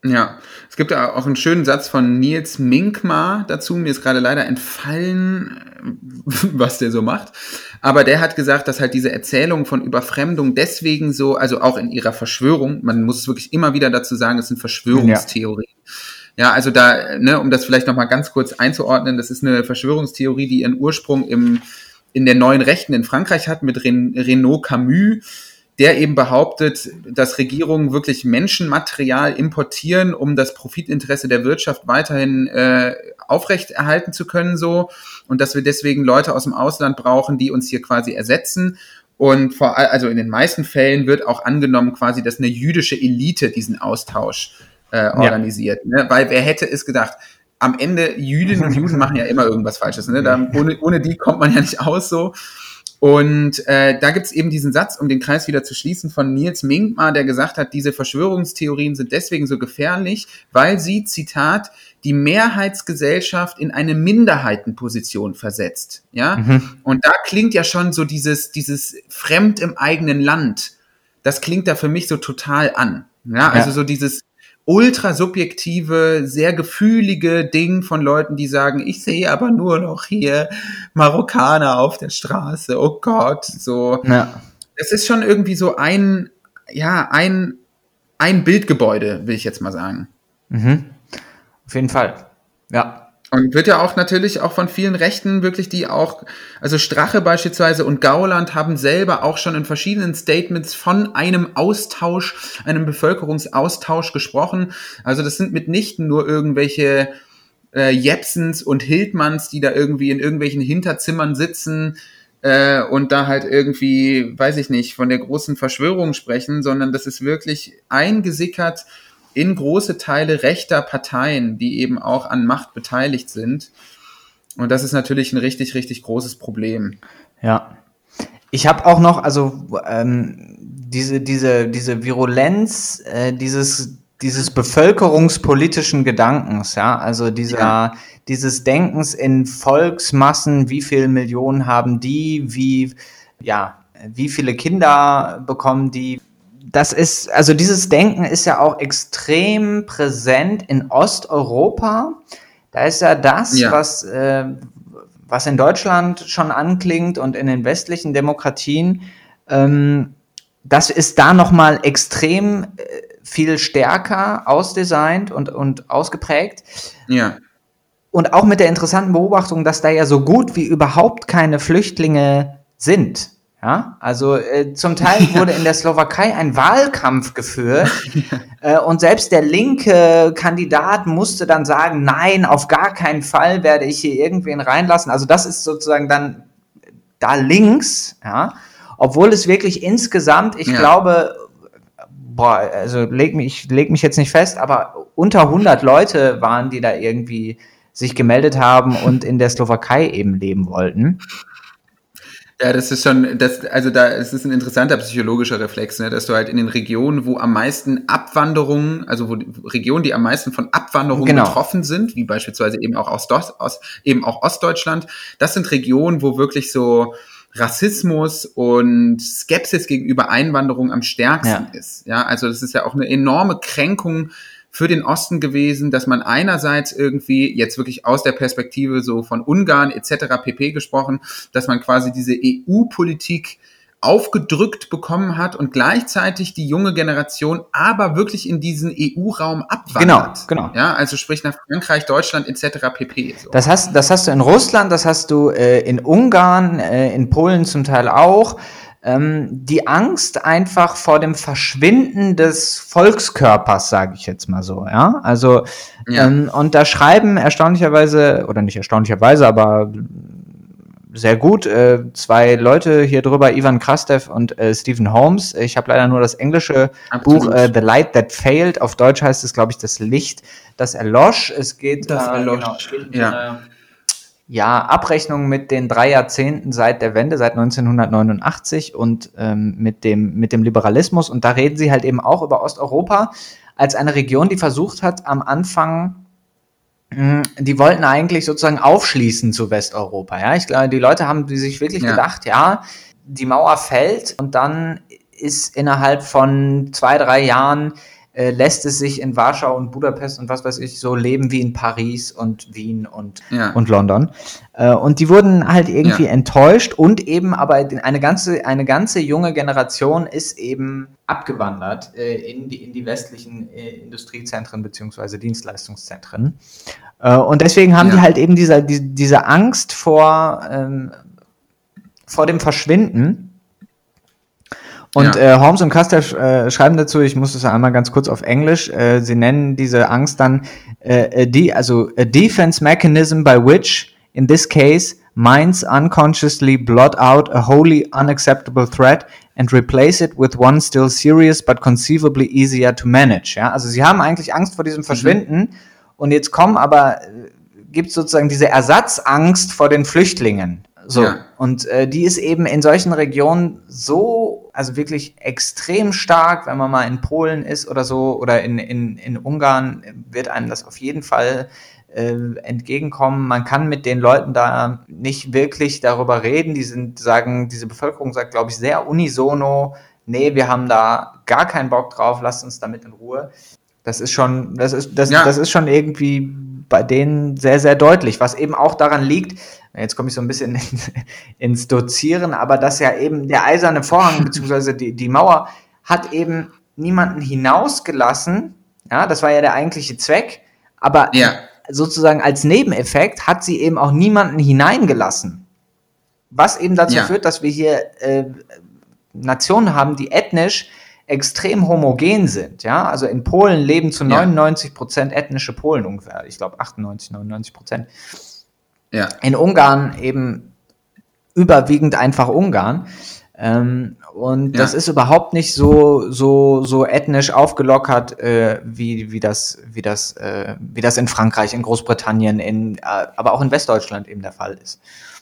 Ja, es gibt auch einen schönen Satz von Nils Minkmar dazu. Mir ist gerade leider entfallen, was der so macht. Aber der hat gesagt, dass halt diese Erzählung von Überfremdung deswegen so, also auch in ihrer Verschwörung, man muss es wirklich immer wieder dazu sagen, es sind Verschwörungstheorien. Ja, ja, also da, ne, um das vielleicht nochmal ganz kurz einzuordnen, das ist eine Verschwörungstheorie, die ihren Ursprung im, in der neuen Rechten in Frankreich hat, mit Ren- Renaud Camus, der eben behauptet, dass Regierungen wirklich Menschenmaterial importieren, um das Profitinteresse der Wirtschaft weiterhin äh, aufrechterhalten zu können, so, und dass wir deswegen Leute aus dem Ausland brauchen, die uns hier quasi ersetzen. Und vor allem, also in den meisten Fällen wird auch angenommen quasi, dass eine jüdische Elite diesen Austausch äh, organisiert. Ja. Ne? Weil wer hätte es gedacht? Am Ende, Jüdinnen und Juden machen ja immer irgendwas Falsches. Ne? Da, ohne, ohne die kommt man ja nicht aus, so. Und äh, da gibt's eben diesen Satz, um den Kreis wieder zu schließen, von Nils Minkmar, der gesagt hat, diese Verschwörungstheorien sind deswegen so gefährlich, weil sie, Zitat, die Mehrheitsgesellschaft in eine Minderheitenposition versetzt. Ja, mhm. Und da klingt ja schon so dieses, dieses Fremd im eigenen Land. Das klingt da für mich so total an. Ja, also ja. so dieses ultra subjektive, sehr gefühlige Ding von Leuten, die sagen, ich sehe aber nur noch hier Marokkaner auf der Straße, oh Gott, so. Ja. Es ist schon irgendwie so ein, ja, ein, ein Bildgebäude, will ich jetzt mal sagen. Mhm. Auf jeden Fall, ja. Und wird ja auch natürlich auch von vielen Rechten wirklich, die auch, also Strache beispielsweise und Gauland haben selber auch schon in verschiedenen Statements von einem Austausch, einem Bevölkerungsaustausch gesprochen. Also das sind mitnichten nur irgendwelche äh, Jepsens und Hildmanns, die da irgendwie in irgendwelchen Hinterzimmern sitzen äh, und da halt irgendwie, weiß ich nicht, von der großen Verschwörung sprechen, sondern das ist wirklich eingesickert in große Teile rechter Parteien, die eben auch an Macht beteiligt sind. Und das ist natürlich ein richtig, richtig großes Problem. Ja. Ich habe auch noch, also ähm, diese, diese, diese Virulenz äh, dieses, dieses bevölkerungspolitischen Gedankens, ja, also dieser, ja. dieses Denkens in Volksmassen, wie viele Millionen haben die, wie, ja, wie viele Kinder bekommen die. Das ist, also dieses Denken ist ja auch extrem präsent in Osteuropa. Da ist ja das, ja. was, äh, was in Deutschland schon anklingt und in den westlichen Demokratien, ähm, das ist da nochmal extrem äh, viel stärker ausdesignt und, und ausgeprägt. Ja. Und auch mit der interessanten Beobachtung, dass da ja so gut wie überhaupt keine Flüchtlinge sind. Ja, also äh, zum Teil wurde in der Slowakei ein Wahlkampf geführt äh, und selbst der linke Kandidat musste dann sagen, nein, auf gar keinen Fall werde ich hier irgendwen reinlassen. Also das ist sozusagen dann da links, ja, obwohl es wirklich insgesamt, ich ja. glaube, boah, also leg mich, leg mich jetzt nicht fest, aber unter hundert Leute waren, die da irgendwie sich gemeldet haben und in der Slowakei eben leben wollten. Ja, das ist schon, das, also da es ist ein interessanter psychologischer Reflex, ne, dass du halt in den Regionen, wo am meisten Abwanderungen, also wo die Regionen, die am meisten von Abwanderung genau. betroffen sind, wie beispielsweise eben auch aus, aus eben auch Ostdeutschland, das sind Regionen, wo wirklich so Rassismus und Skepsis gegenüber Einwanderung am stärksten ja. ist. Ja, also das ist ja auch eine enorme Kränkung für den Osten gewesen, dass man einerseits irgendwie, jetzt wirklich aus der Perspektive so von Ungarn et cetera pp. Gesprochen, dass man quasi diese E U-Politik aufgedrückt bekommen hat und gleichzeitig die junge Generation aber wirklich in diesen E U-Raum abwandert. Genau, genau. Ja, also sprich nach Frankreich, Deutschland et cetera pp. So. Das hast, das hast du in Russland, das hast du äh, in Ungarn, äh, in Polen zum Teil auch. Die Angst einfach vor dem Verschwinden des Volkskörpers, sage ich jetzt mal so, ja, also ja. Ähm, und da schreiben erstaunlicherweise, oder nicht erstaunlicherweise, aber sehr gut, äh, zwei Leute hier drüber, Ivan Krastev und äh, Stephen Holmes. Ich habe leider nur das englische Absolut. Buch äh, The Light That Failed, auf Deutsch heißt es, glaube ich, das Licht, das erlosch. Es geht, das äh, erlosch. Genau, ja. Äh, Ja, Abrechnung mit den drei Jahrzehnten seit der Wende, seit neunzehnhundertneunundachtzig und ähm, mit dem mit dem Liberalismus. Und da reden sie halt eben auch über Osteuropa als eine Region, die versucht hat, am Anfang, mh, die wollten eigentlich sozusagen aufschließen zu Westeuropa. Ja, ich glaube, die Leute haben die sich wirklich ja. gedacht, ja, die Mauer fällt und dann ist innerhalb von zwei, drei Jahren äh, lässt es sich in Warschau und Budapest und was weiß ich so leben wie in Paris und Wien und, ja. und London. Äh, und die wurden halt irgendwie ja. enttäuscht und eben aber eine ganze, eine ganze junge Generation ist eben abgewandert äh, in, die, in die westlichen äh, Industriezentren beziehungsweise Dienstleistungszentren. Äh, und deswegen haben ja. die halt eben diese, die, diese Angst vor, ähm, vor dem Verschwinden. Und ja. äh, Holmes und Custer äh, schreiben dazu, ich muss das einmal ganz kurz auf Englisch, äh, sie nennen diese Angst dann, äh, die, also a defense mechanism by which, in this case, minds unconsciously blot out a wholly unacceptable threat and replace it with one still serious but conceivably easier to manage. Ja? Also sie haben eigentlich Angst vor diesem Verschwinden mhm. und jetzt kommen aber, äh, gibt es sozusagen diese Ersatzangst vor den Flüchtlingen. So, ja. und äh, die ist eben in solchen Regionen so, also wirklich extrem stark, wenn man mal in Polen ist oder so, oder in, in, in Ungarn, wird einem das auf jeden Fall äh, entgegenkommen. Man kann mit den Leuten da nicht wirklich darüber reden. Die sind, sagen, diese Bevölkerung sagt, glaube ich, sehr unisono, nee, wir haben da gar keinen Bock drauf, lasst uns damit in Ruhe. Das ist schon, das ist, das, ja. das ist schon irgendwie bei denen sehr, sehr deutlich, was eben auch daran liegt, jetzt komme ich so ein bisschen ins Dozieren, aber dass ja eben der eiserne Vorhang beziehungsweise die, die Mauer hat eben niemanden hinausgelassen, ja, das war ja der eigentliche Zweck, aber ja. sozusagen als Nebeneffekt hat sie eben auch niemanden hineingelassen, was eben dazu ja. führt, dass wir hier äh, Nationen haben, die ethnisch extrem homogen sind, ja, also in Polen leben zu neunundneunzig Prozent ethnische Polen ungefähr, ich glaube achtundneunzig, neunundneunzig Prozent. Ja. In Ungarn eben überwiegend einfach Ungarn. Ähm, und ja. das ist überhaupt nicht so, so, so ethnisch aufgelockert, äh, wie, wie das, wie das, äh, wie das in Frankreich, in Großbritannien, in, äh, aber auch in Westdeutschland eben der Fall ist.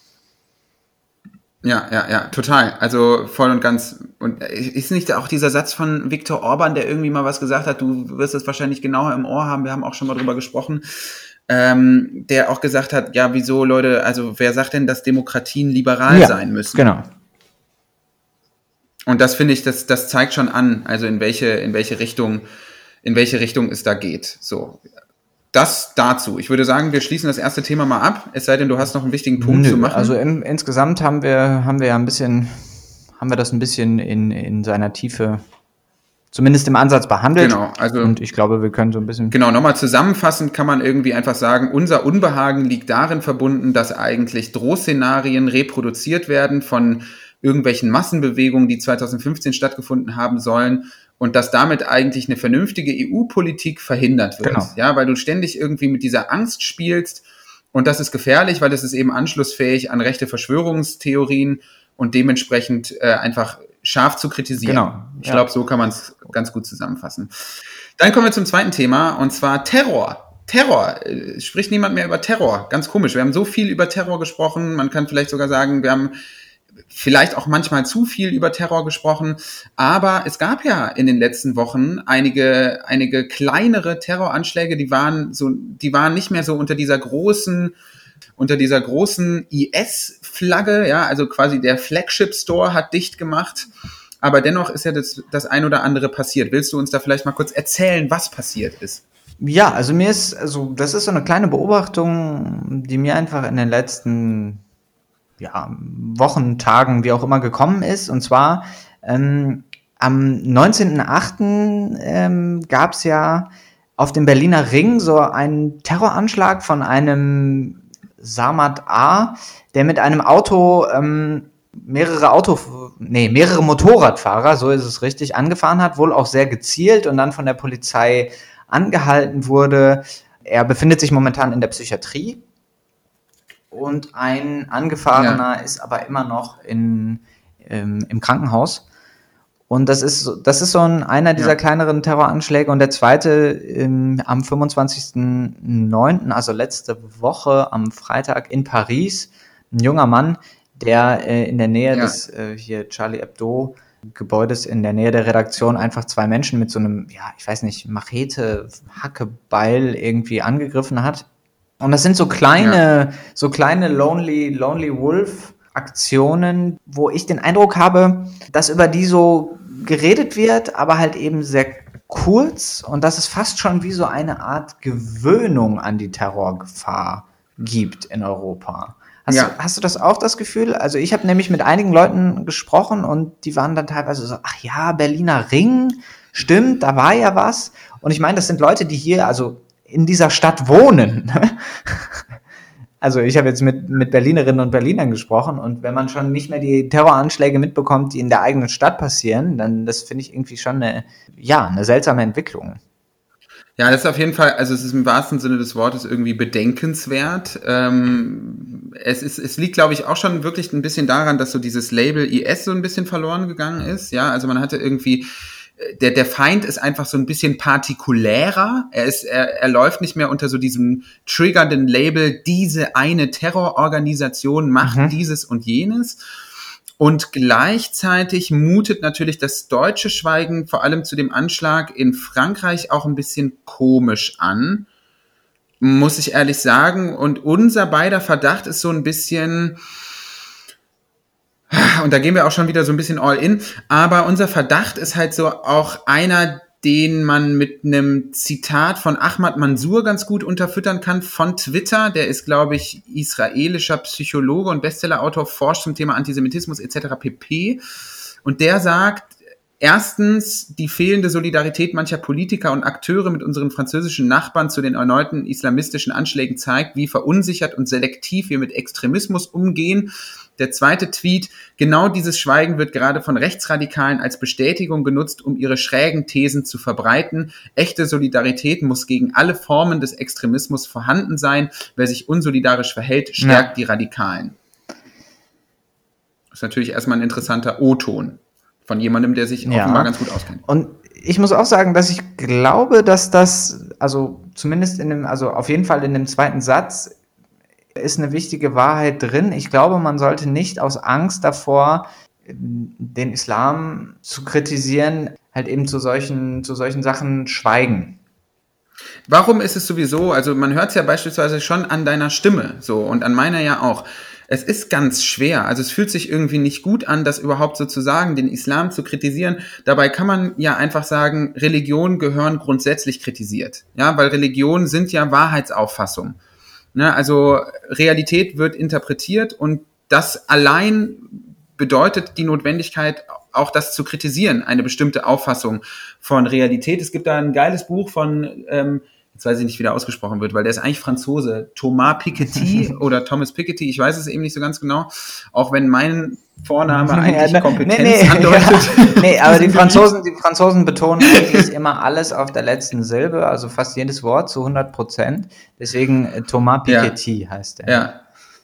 Ja, ja, ja, total. Also voll und ganz. Und ist nicht auch dieser Satz von Viktor Orban, der irgendwie mal was gesagt hat, du wirst es wahrscheinlich genauer im Ohr haben, wir haben auch schon mal drüber gesprochen, ähm, der auch gesagt hat, ja, wieso, Leute, also wer sagt denn, dass Demokratien liberal ja, sein müssen? Genau. Und das finde ich, das, das zeigt schon an, also in welche, in welche Richtung, in welche Richtung es da geht. So. Das dazu. Ich würde sagen, wir schließen das erste Thema mal ab, es sei denn, du hast noch einen wichtigen Punkt Nö, zu machen. Also in, insgesamt haben wir, haben wir ja ein bisschen, haben wir das ein bisschen in, in seiner Tiefe zumindest im Ansatz behandelt. Genau, also. Und ich glaube, wir können so ein bisschen. Genau, nochmal zusammenfassend kann man irgendwie einfach sagen, unser Unbehagen liegt darin verbunden, dass eigentlich Drohszenarien reproduziert werden von irgendwelchen Massenbewegungen, die zweitausendfünfzehn stattgefunden haben sollen. Und dass damit eigentlich eine vernünftige E U-Politik verhindert wird. Genau. Ja, weil du ständig irgendwie mit dieser Angst spielst. Und das ist gefährlich, weil das ist eben anschlussfähig an rechte Verschwörungstheorien und dementsprechend äh, einfach scharf zu kritisieren. Genau. Ich ja. glaube, so kann man es ganz gut zusammenfassen. Dann kommen wir zum zweiten Thema, und zwar Terror. Terror. Äh, spricht niemand mehr über Terror. Ganz komisch. Wir haben so viel über Terror gesprochen. Man kann vielleicht sogar sagen, wir haben vielleicht auch manchmal zu viel über Terror gesprochen, aber es gab ja in den letzten Wochen einige, einige kleinere Terroranschläge, die waren so, die waren nicht mehr so unter dieser großen, unter dieser großen I S-Flagge, ja, also quasi der Flagship-Store hat dicht gemacht, aber dennoch ist ja das, das ein oder andere passiert. Willst du uns da vielleicht mal kurz erzählen, was passiert ist? Ja, also mir ist, also das ist so eine kleine Beobachtung, die mir einfach in den letzten ja, Wochen, Tagen, wie auch immer gekommen ist. Und zwar ähm, am neunzehnten achten ähm, gab es ja auf dem Berliner Ring so einen Terroranschlag von einem Samad A., der mit einem Auto ähm, mehrere Auto, nee, mehrere Motorradfahrer, so ist es richtig, angefahren hat, wohl auch sehr gezielt und dann von der Polizei angehalten wurde. Er befindet sich momentan in der Psychiatrie. Und ein Angefahrener ja. ist aber immer noch in, ähm, im Krankenhaus. Und das ist, das ist so ein, einer dieser ja. kleineren Terroranschläge. Und der zweite ähm, am fünfundzwanzigsten neunten, also letzte Woche am Freitag in Paris, ein junger Mann, der äh, in der Nähe ja. des äh, hier Charlie Hebdo Gebäudes, in der Nähe der Redaktion einfach zwei Menschen mit so einem, ja, ich weiß nicht, Machete, Hackebeil irgendwie angegriffen hat. Und das sind so kleine, ja. so kleine Lonely, Lonely Wolf Aktionen, wo ich den Eindruck habe, dass über die so geredet wird, aber halt eben sehr kurz und dass es fast schon wie so eine Art Gewöhnung an die Terrorgefahr gibt in Europa. Hast, ja. du, hast du das auch das Gefühl? Also ich habe nämlich mit einigen Leuten gesprochen und die waren dann teilweise so, ach ja, Berliner Ring, stimmt, da war ja was. Und ich meine, das sind Leute, die hier also in dieser Stadt wohnen. Also ich habe jetzt mit, mit Berlinerinnen und Berlinern gesprochen und wenn man schon nicht mehr die Terroranschläge mitbekommt, die in der eigenen Stadt passieren, dann das finde ich irgendwie schon eine, ja, eine seltsame Entwicklung. Ja, das ist auf jeden Fall, also es ist im wahrsten Sinne des Wortes irgendwie bedenkenswert. Ähm, es ist, es liegt, glaube ich, auch schon wirklich ein bisschen daran, dass so dieses Label I S so ein bisschen verloren gegangen ist. Ja, also man hatte irgendwie Der, der Feind ist einfach so ein bisschen partikulärer. Er ist, er, er läuft nicht mehr unter so diesem triggernden Label, diese eine Terrororganisation macht mhm. dieses und jenes. Und gleichzeitig mutet natürlich das deutsche Schweigen vor allem zu dem Anschlag in Frankreich auch ein bisschen komisch an, muss ich ehrlich sagen. Und unser beider Verdacht ist so ein bisschen, und da gehen wir auch schon wieder so ein bisschen all in, aber unser Verdacht ist halt so auch einer, den man mit einem Zitat von Ahmad Mansour ganz gut unterfüttern kann von Twitter. Der ist, glaube ich, israelischer Psychologe und Bestsellerautor, forscht zum Thema Antisemitismus et cetera pp. Und der sagt, erstens, die fehlende Solidarität mancher Politiker und Akteure mit unseren französischen Nachbarn zu den erneuten islamistischen Anschlägen zeigt, wie verunsichert und selektiv wir mit Extremismus umgehen. Der zweite Tweet, genau dieses Schweigen wird gerade von Rechtsradikalen als Bestätigung genutzt, um ihre schrägen Thesen zu verbreiten. Echte Solidarität muss gegen alle Formen des Extremismus vorhanden sein. Wer sich unsolidarisch verhält, stärkt ja. die Radikalen. Das ist natürlich erstmal ein interessanter O-Ton von jemandem, der sich ja. offenbar ganz gut auskennt. Und ich muss auch sagen, dass ich glaube, dass das, also zumindest in dem, also auf jeden Fall in dem zweiten Satz, ist eine wichtige Wahrheit drin. Ich glaube, man sollte nicht aus Angst davor, den Islam zu kritisieren, halt eben zu solchen, zu solchen Sachen schweigen. Warum ist es sowieso, also man hört es ja beispielsweise schon an deiner Stimme so und an meiner ja auch. Es ist ganz schwer, also es fühlt sich irgendwie nicht gut an, das überhaupt so zu sagen, den Islam zu kritisieren. Dabei kann man ja einfach sagen, Religionen gehören grundsätzlich kritisiert. Ja, weil Religionen sind ja Wahrheitsauffassungen. Ne, also Realität wird interpretiert und das allein bedeutet die Notwendigkeit, auch das zu kritisieren, eine bestimmte Auffassung von Realität. Es gibt da ein geiles Buch von, ähm, jetzt weiß ich nicht, wie der ausgesprochen wird, weil der ist eigentlich Franzose, Thomas Piketty oder Thomas Piketty, ich weiß es eben nicht so ganz genau, auch wenn mein Vorname eigentlich ja, Kompetenz nee, nee, andeutet. Ja. Nee, aber die Franzosen, die Franzosen betonen eigentlich immer alles auf der letzten Silbe, also fast jedes Wort zu hundert Prozent. Deswegen äh, Thomas Piketty ja. heißt er. Ja.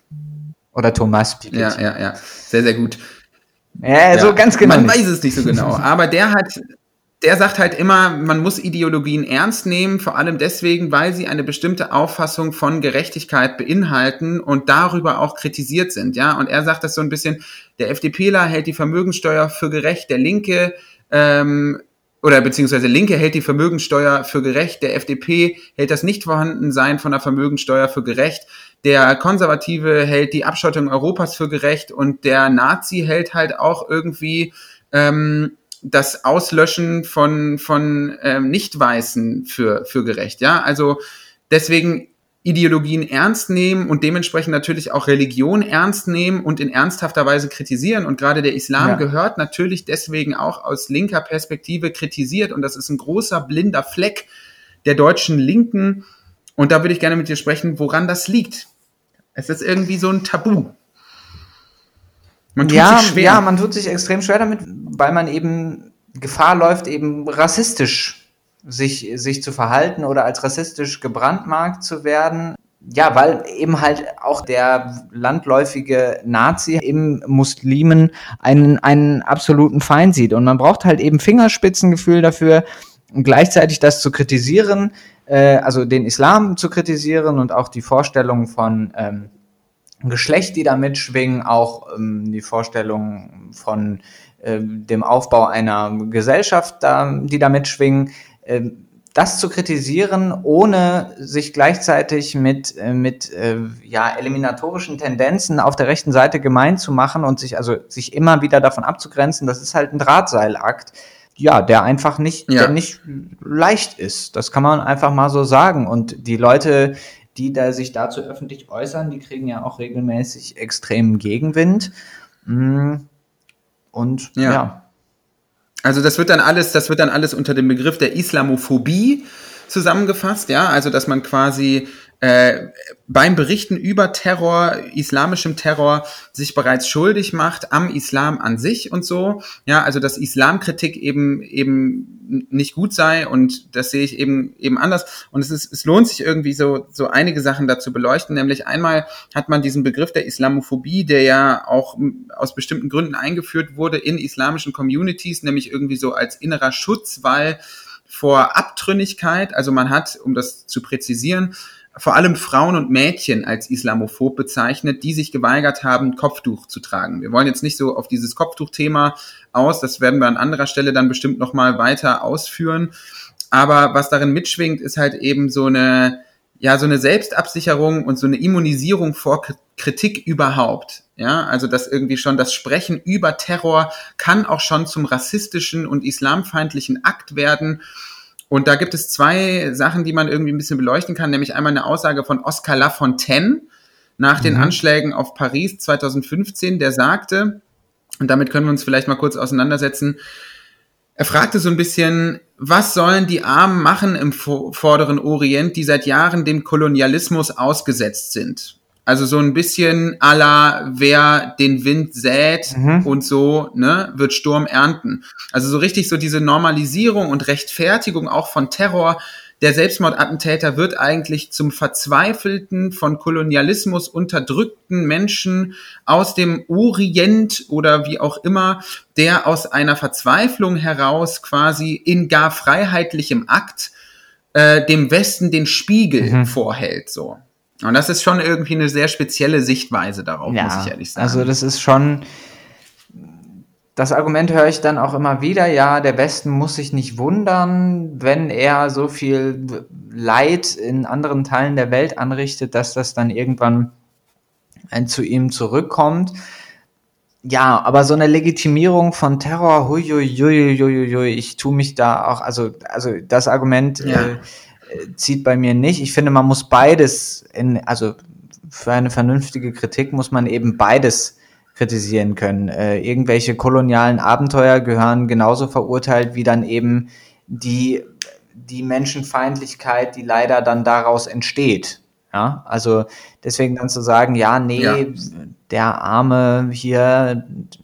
Oder Thomas Piketty. Ja, ja, ja. Sehr, sehr gut. Ja, ja. so ganz genau. Man nicht. weiß es nicht so genau, aber der hat... Der sagt halt immer, man muss Ideologien ernst nehmen, vor allem deswegen, weil sie eine bestimmte Auffassung von Gerechtigkeit beinhalten und darüber auch kritisiert sind, ja. Und er sagt das so ein bisschen, der FDPler hält die Vermögensteuer für gerecht, der Linke, ähm, oder beziehungsweise Linke hält die Vermögensteuer für gerecht, der F D P hält das Nichtvorhandensein von der Vermögensteuer für gerecht, der Konservative hält die Abschottung Europas für gerecht und der Nazi hält halt auch irgendwie, ähm, das Auslöschen von von ähm, Nicht-Weißen für für gerecht, ja, also deswegen Ideologien ernst nehmen und dementsprechend natürlich auch Religion ernst nehmen und in ernsthafter Weise kritisieren und gerade der Islam ja. gehört natürlich deswegen auch aus linker Perspektive kritisiert und das ist ein großer blinder Fleck der deutschen Linken und da würde ich gerne mit dir sprechen, woran das liegt. Es ist irgendwie so ein Tabu. Man tut ja, sich schwer. Ja, man tut sich extrem schwer damit, weil man eben Gefahr läuft, eben rassistisch sich, sich zu verhalten oder als rassistisch gebrandmarkt zu werden. Ja, weil eben halt auch der landläufige Nazi im Muslimen einen, einen absoluten Feind sieht. Und man braucht halt eben Fingerspitzengefühl dafür, um gleichzeitig das zu kritisieren, äh, also den Islam zu kritisieren und auch die Vorstellung von ähm, Geschlecht, die da mitschwingen, auch ähm, die Vorstellung von äh, dem Aufbau einer Gesellschaft, da, die da mitschwingen, äh, das zu kritisieren, ohne sich gleichzeitig mit, äh, mit äh, ja, eliminatorischen Tendenzen auf der rechten Seite gemein zu machen und sich also sich immer wieder davon abzugrenzen, das ist halt ein Drahtseilakt. ja, der einfach nicht, Ja. der nicht leicht ist. Das kann man einfach mal so sagen. Und die Leute, die da sich dazu öffentlich äußern, die kriegen ja auch regelmäßig extremen Gegenwind. Und Ja. ja. Also das wird dann alles, das wird dann alles unter dem Begriff der Islamophobie zusammengefasst, ja, also dass man quasi äh, beim Berichten über Terror, islamischem Terror, sich bereits schuldig macht am Islam an sich und so, ja, also dass Islamkritik eben eben nicht gut sei, und das sehe ich eben eben anders, und es ist, es lohnt sich irgendwie so so einige Sachen dazu beleuchten, nämlich einmal hat man diesen Begriff der Islamophobie, der ja auch aus bestimmten Gründen eingeführt wurde in islamischen Communities, nämlich irgendwie so als innerer Schutzwall vor Abtrünnigkeit. Also man hat, um das zu präzisieren, vor allem Frauen und Mädchen als islamophob bezeichnet, die sich geweigert haben, Kopftuch zu tragen. Wir wollen jetzt nicht so auf dieses Kopftuchthema aus, das werden wir an anderer Stelle dann bestimmt nochmal weiter ausführen. Aber was darin mitschwingt, ist halt eben so eine, ja, so eine Selbstabsicherung und so eine Immunisierung vor Kritik überhaupt. Ja, also dass irgendwie schon das Sprechen über Terror kann auch schon zum rassistischen und islamfeindlichen Akt werden. Und da gibt es zwei Sachen, die man irgendwie ein bisschen beleuchten kann, nämlich einmal eine Aussage von Oscar Lafontaine nach den mhm. Anschlägen auf Paris zweitausendfünfzehn, der sagte, und damit können wir uns vielleicht mal kurz auseinandersetzen, er fragte so ein bisschen, was sollen die Armen machen im vorderen Orient, die seit Jahren dem Kolonialismus ausgesetzt sind? Also so ein bisschen à la, wer den Wind sät mhm. und so, ne, wird Sturm ernten. Also so richtig so diese Normalisierung und Rechtfertigung auch von Terror. Der Selbstmordattentäter wird eigentlich zum verzweifelten, von Kolonialismus unterdrückten Menschen aus dem Orient oder wie auch immer, der aus einer Verzweiflung heraus quasi in gar freiheitlichem Akt äh, dem Westen den Spiegel mhm. vorhält, so. Und das ist schon irgendwie eine sehr spezielle Sichtweise darauf, ja, muss ich ehrlich sagen. Also das ist schon, das Argument höre ich dann auch immer wieder, ja, der Westen muss sich nicht wundern, wenn er so viel Leid in anderen Teilen der Welt anrichtet, dass das dann irgendwann zu ihm zurückkommt. Ja, aber so eine Legitimierung von Terror, hui, hui, hui, hui, hui, ich tue mich da auch, also, also das Argument ja. äh, zieht bei mir nicht. Ich finde, man muss beides, in, also für eine vernünftige Kritik muss man eben beides kritisieren können. Äh, irgendwelche kolonialen Abenteuer gehören genauso verurteilt wie dann eben die, die Menschenfeindlichkeit, die leider dann daraus entsteht. Ja, also deswegen dann zu sagen, ja, nee, ja. der Arme hier,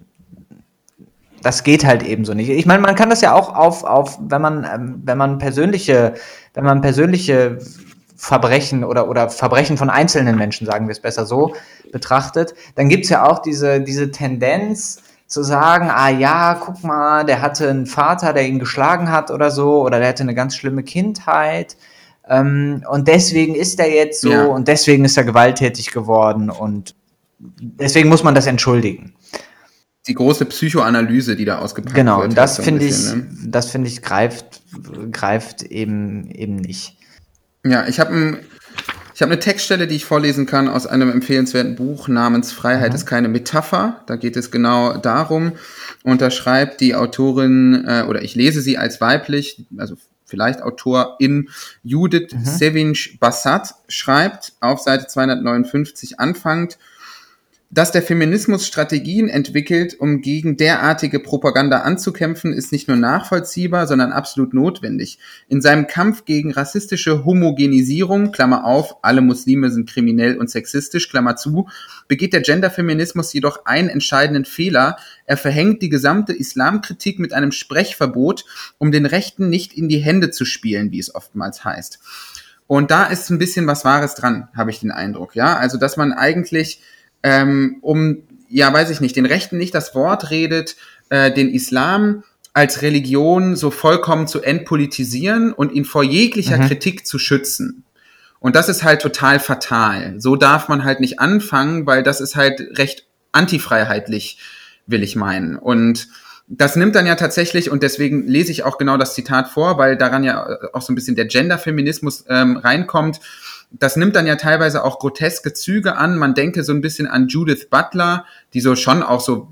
das geht halt eben so nicht. Ich meine, man kann das ja auch auf, auf, wenn man, wenn man persönliche, wenn man persönliche Verbrechen oder, oder Verbrechen von einzelnen Menschen, sagen wir es besser so, betrachtet, dann gibt's ja auch diese, diese Tendenz zu sagen, ah ja, guck mal, der hatte einen Vater, der ihn geschlagen hat oder so, oder der hatte eine ganz schlimme Kindheit, ähm, und deswegen ist er jetzt so, ja. und deswegen ist er gewalttätig geworden und deswegen muss man das entschuldigen. Die große Psychoanalyse, die da ausgepackt genau, wird. Genau, das so finde ich, ne? das finde ich greift, greift eben, eben nicht. Ja, ich habe ein, ich habe eine Textstelle, die ich vorlesen kann aus einem empfehlenswerten Buch namens Freiheit mhm. ist keine Metapher. Da geht es genau darum. Und da schreibt die Autorin, äh, oder ich lese sie als weiblich, also vielleicht Autorin Judith mhm. Sevinch-Bassat, schreibt auf Seite zweihundertneunundfünfzig anfangend, dass der Feminismus Strategien entwickelt, um gegen derartige Propaganda anzukämpfen, ist nicht nur nachvollziehbar, sondern absolut notwendig. In seinem Kampf gegen rassistische Homogenisierung, Klammer auf, alle Muslime sind kriminell und sexistisch, Klammer zu, begeht der Genderfeminismus jedoch einen entscheidenden Fehler. Er verhängt die gesamte Islamkritik mit einem Sprechverbot, um den Rechten nicht in die Hände zu spielen, wie es oftmals heißt. Und da ist ein bisschen was Wahres dran, habe ich den Eindruck. Ja, also dass man eigentlich Ähm, um, ja, weiß ich nicht, den Rechten nicht das Wort redet, äh, den Islam als Religion so vollkommen zu entpolitisieren und ihn vor jeglicher mhm. Kritik zu schützen. Und das ist halt total fatal. So darf man halt nicht anfangen, weil das ist halt recht antifreiheitlich, will ich meinen. Und das nimmt dann ja tatsächlich, und deswegen lese ich auch genau das Zitat vor, weil daran ja auch so ein bisschen der Genderfeminismus ähm, reinkommt. Das nimmt dann ja teilweise auch groteske Züge an. Man denke so ein bisschen an Judith Butler, die so schon auch so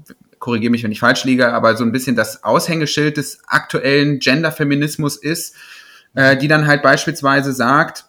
korrigiere mich, wenn ich falsch liege, aber so ein bisschen das Aushängeschild des aktuellen Genderfeminismus ist, äh, die dann halt beispielsweise sagt,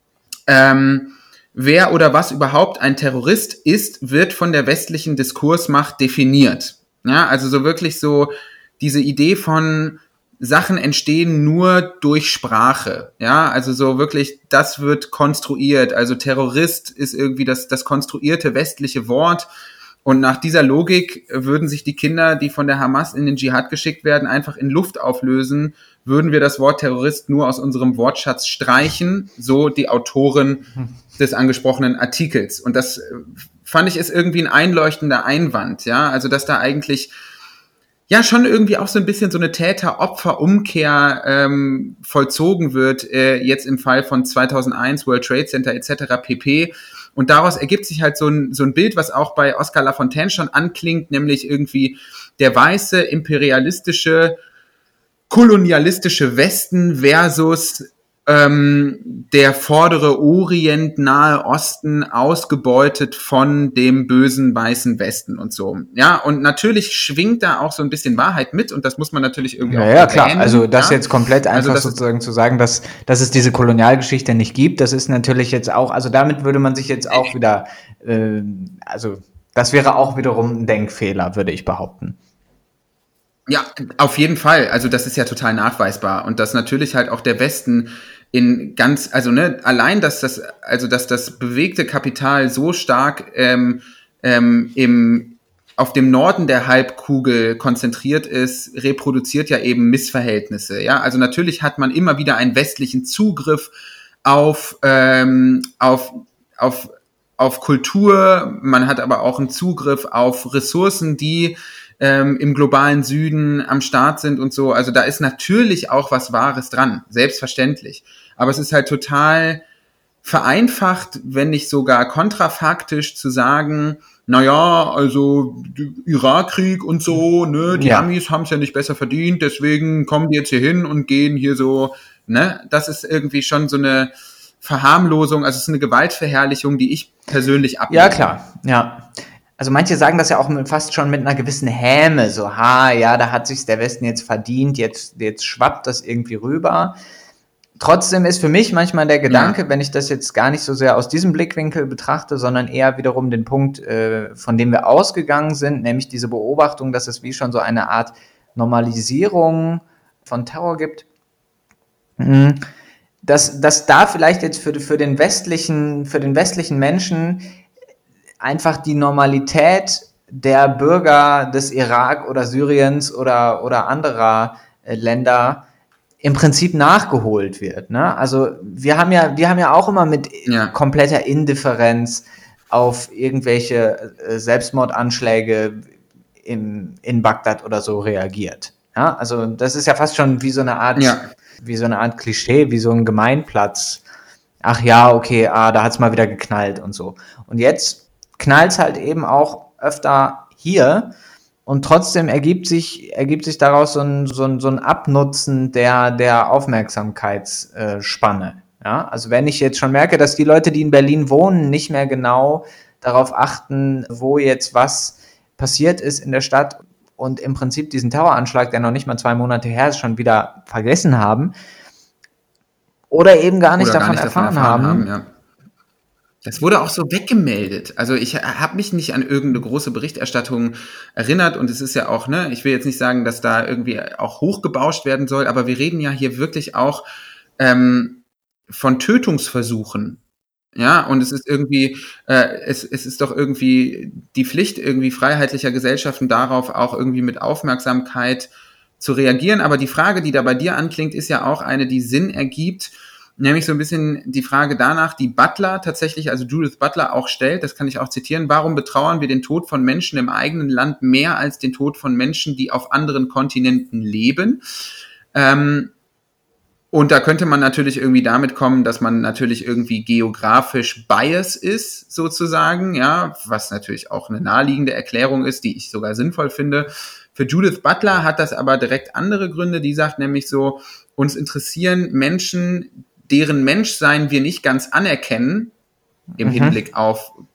ähm, wer oder was überhaupt ein Terrorist ist, wird von der westlichen Diskursmacht definiert. Ja, also so wirklich so diese Idee von Sachen entstehen nur durch Sprache. Ja, also so wirklich, das wird konstruiert. Also Terrorist ist irgendwie das, das konstruierte westliche Wort. Und nach dieser Logik würden sich die Kinder, die von der Hamas in den Dschihad geschickt werden, einfach in Luft auflösen, würden wir das Wort Terrorist nur aus unserem Wortschatz streichen, so die Autoren des angesprochenen Artikels. Und das fand ich ist irgendwie ein einleuchtender Einwand, ja, also dass da eigentlich ja schon irgendwie auch so ein bisschen so eine Täter-Opfer-Umkehr ähm, vollzogen wird, äh, jetzt im Fall von zweitausendeins, World Trade Center et cetera pp. Und daraus ergibt sich halt so ein, so ein Bild, was auch bei Oscar Lafontaine schon anklingt, nämlich irgendwie der weiße, imperialistische, kolonialistische Westen versus ähm, der vordere Orient, Nahe Osten, ausgebeutet von dem bösen weißen Westen und so. Ja, und natürlich schwingt da auch so ein bisschen Wahrheit mit und das muss man natürlich irgendwie ja, auch ja, erwähnen. klar. Also das ja? jetzt komplett einfach also sozusagen zu sagen, dass, dass es diese Kolonialgeschichte nicht gibt, das ist natürlich jetzt auch, also damit würde man sich jetzt auch wieder, äh, also das wäre auch wiederum ein Denkfehler, würde ich behaupten. Ja, auf jeden Fall. Also das ist ja total nachweisbar und dass natürlich halt auch der Westen in ganz, also ne, allein, dass das, also dass das bewegte Kapital so stark ähm, ähm, im auf dem Norden der Halbkugel konzentriert ist, reproduziert ja eben Missverhältnisse. Ja, also natürlich hat man immer wieder einen westlichen Zugriff auf ähm, auf auf auf Kultur. Man hat aber auch einen Zugriff auf Ressourcen, die ähm, im globalen Süden am Start sind und so. Also da ist natürlich auch was Wahres dran, selbstverständlich. Aber es ist halt total vereinfacht, wenn nicht sogar kontrafaktisch zu sagen, naja, also Irakkrieg und so, ne, die Ja. Amis haben es ja nicht besser verdient, deswegen kommen die jetzt hier hin und gehen hier so, ne, das ist irgendwie schon so eine Verharmlosung, also es ist eine Gewaltverherrlichung, die ich persönlich ablehne. Ja, klar, ja. Also manche sagen das ja auch mit, fast schon mit einer gewissen Häme, so, ha, ja, da hat sich's der Westen jetzt verdient, jetzt, jetzt schwappt das irgendwie rüber. Trotzdem ist für mich manchmal der Gedanke, ja. wenn ich das jetzt gar nicht so sehr aus diesem Blickwinkel betrachte, sondern eher wiederum den Punkt, äh, von dem wir ausgegangen sind, nämlich diese Beobachtung, dass es wie schon so eine Art Normalisierung von Terror gibt, mhm. dass, dass da vielleicht jetzt für, für den westlichen, für den westlichen Menschen einfach die Normalität der Bürger des Irak oder Syriens oder, oder anderer äh, Länder im Prinzip nachgeholt wird. Ne? Also wir haben ja, wir haben ja auch immer mit ja. kompletter Indifferenz auf irgendwelche äh, Selbstmordanschläge in, in Bagdad oder so reagiert. Ja? Also das ist ja fast schon wie so eine Art, ja. wie so eine Art Klischee, wie so ein Gemeinplatz. Ach ja, okay, ah, da hat's mal wieder geknallt und so. Und jetzt knallt's halt eben auch öfter hier. Und trotzdem ergibt sich, ergibt sich daraus so ein, so ein, so ein Abnutzen der, der Aufmerksamkeitsspanne. Ja? Also wenn ich jetzt schon merke, dass die Leute, die in Berlin wohnen, nicht mehr genau darauf achten, wo jetzt was passiert ist in der Stadt und im Prinzip diesen Terroranschlag, der noch nicht mal zwei Monate her ist, schon wieder vergessen haben oder eben gar nicht, oder davon, gar nicht erfahren davon erfahren haben. haben ja. Das wurde auch so weggemeldet. Also ich habe mich nicht an irgendeine große Berichterstattung erinnert und es ist ja auch, ne, ich will jetzt nicht sagen, dass da irgendwie auch hochgebauscht werden soll, aber wir reden ja hier wirklich auch ähm, von Tötungsversuchen. Ja, und es ist irgendwie, äh, es, es ist doch irgendwie die Pflicht irgendwie freiheitlicher Gesellschaften darauf auch irgendwie mit Aufmerksamkeit zu reagieren. Aber die Frage, die da bei dir anklingt, ist ja auch eine, die Sinn ergibt. Nämlich so ein bisschen die Frage danach, die Butler tatsächlich, also Judith Butler auch stellt, das kann ich auch zitieren, warum betrauern wir den Tod von Menschen im eigenen Land mehr als den Tod von Menschen, die auf anderen Kontinenten leben? Ähm, und da könnte man natürlich irgendwie damit kommen, dass man natürlich irgendwie geografisch bias ist, sozusagen, ja, was natürlich auch eine naheliegende Erklärung ist, die ich sogar sinnvoll finde. Für Judith Butler hat das aber direkt andere Gründe, die sagt nämlich so, uns interessieren Menschen, deren Menschsein wir nicht ganz anerkennen, im mhm. Hinblick auf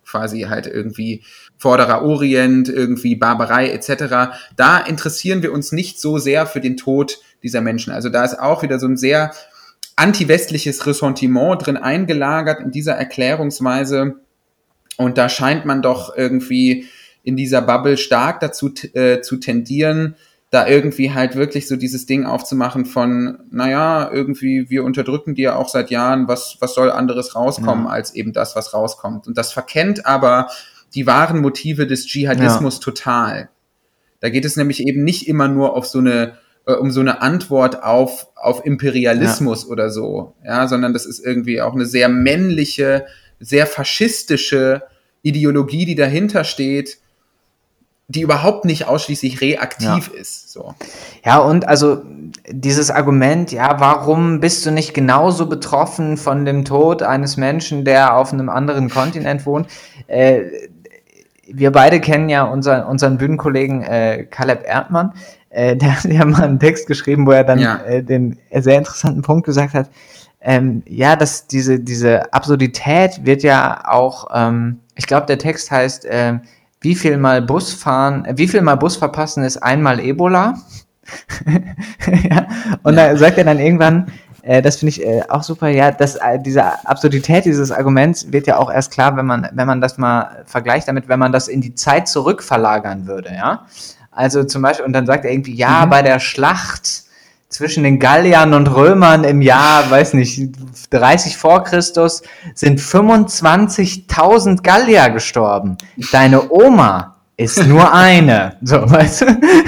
quasi halt irgendwie Vorderer Orient, irgendwie Barbarei et cetera. Da interessieren wir uns nicht so sehr für den Tod dieser Menschen. Also da ist auch wieder so ein sehr anti-westliches Ressentiment drin eingelagert in dieser Erklärungsweise. Und da scheint man doch irgendwie in dieser Bubble stark dazu äh, zu tendieren, da irgendwie halt wirklich so dieses Ding aufzumachen von, naja, irgendwie wir unterdrücken die ja auch seit Jahren, was, was soll anderes rauskommen ja. als eben das, was rauskommt. Und das verkennt aber die wahren Motive des Dschihadismus ja. total. Da geht es nämlich eben nicht immer nur auf so eine, äh, um so eine Antwort auf, auf Imperialismus ja. oder so, ja, sondern das ist irgendwie auch eine sehr männliche, sehr faschistische Ideologie, die dahinter steht, die überhaupt nicht ausschließlich reaktiv ja. ist. So. Ja, und also dieses Argument, ja, warum bist du nicht genauso betroffen von dem Tod eines Menschen, der auf einem anderen Kontinent wohnt? Äh, wir beide kennen ja unseren, unseren Bühnenkollegen äh, Caleb Erdmann. Äh, der hat ja mal einen Text geschrieben, wo er dann ja. äh, den sehr interessanten Punkt gesagt hat, ähm, ja, dass diese, diese Absurdität wird ja auch, ähm, ich glaube, der Text heißt, äh, wie viel mal Bus fahren, wie viel mal Bus verpassen ist einmal Ebola. ja. Und ja. da sagt er dann irgendwann, äh, das finde ich äh, auch super, ja, dass äh, diese Absurdität dieses Arguments wird ja auch erst klar, wenn man, wenn man das mal vergleicht damit, wenn man das in die Zeit zurück verlagern würde, ja. Also zum Beispiel, und dann sagt er irgendwie, ja, mhm. bei der Schlacht zwischen den Galliern und Römern im Jahr, weiß nicht, dreißig vor Christus sind fünfundzwanzigtausend Gallier gestorben. Deine Oma ist nur eine. So, weißt du?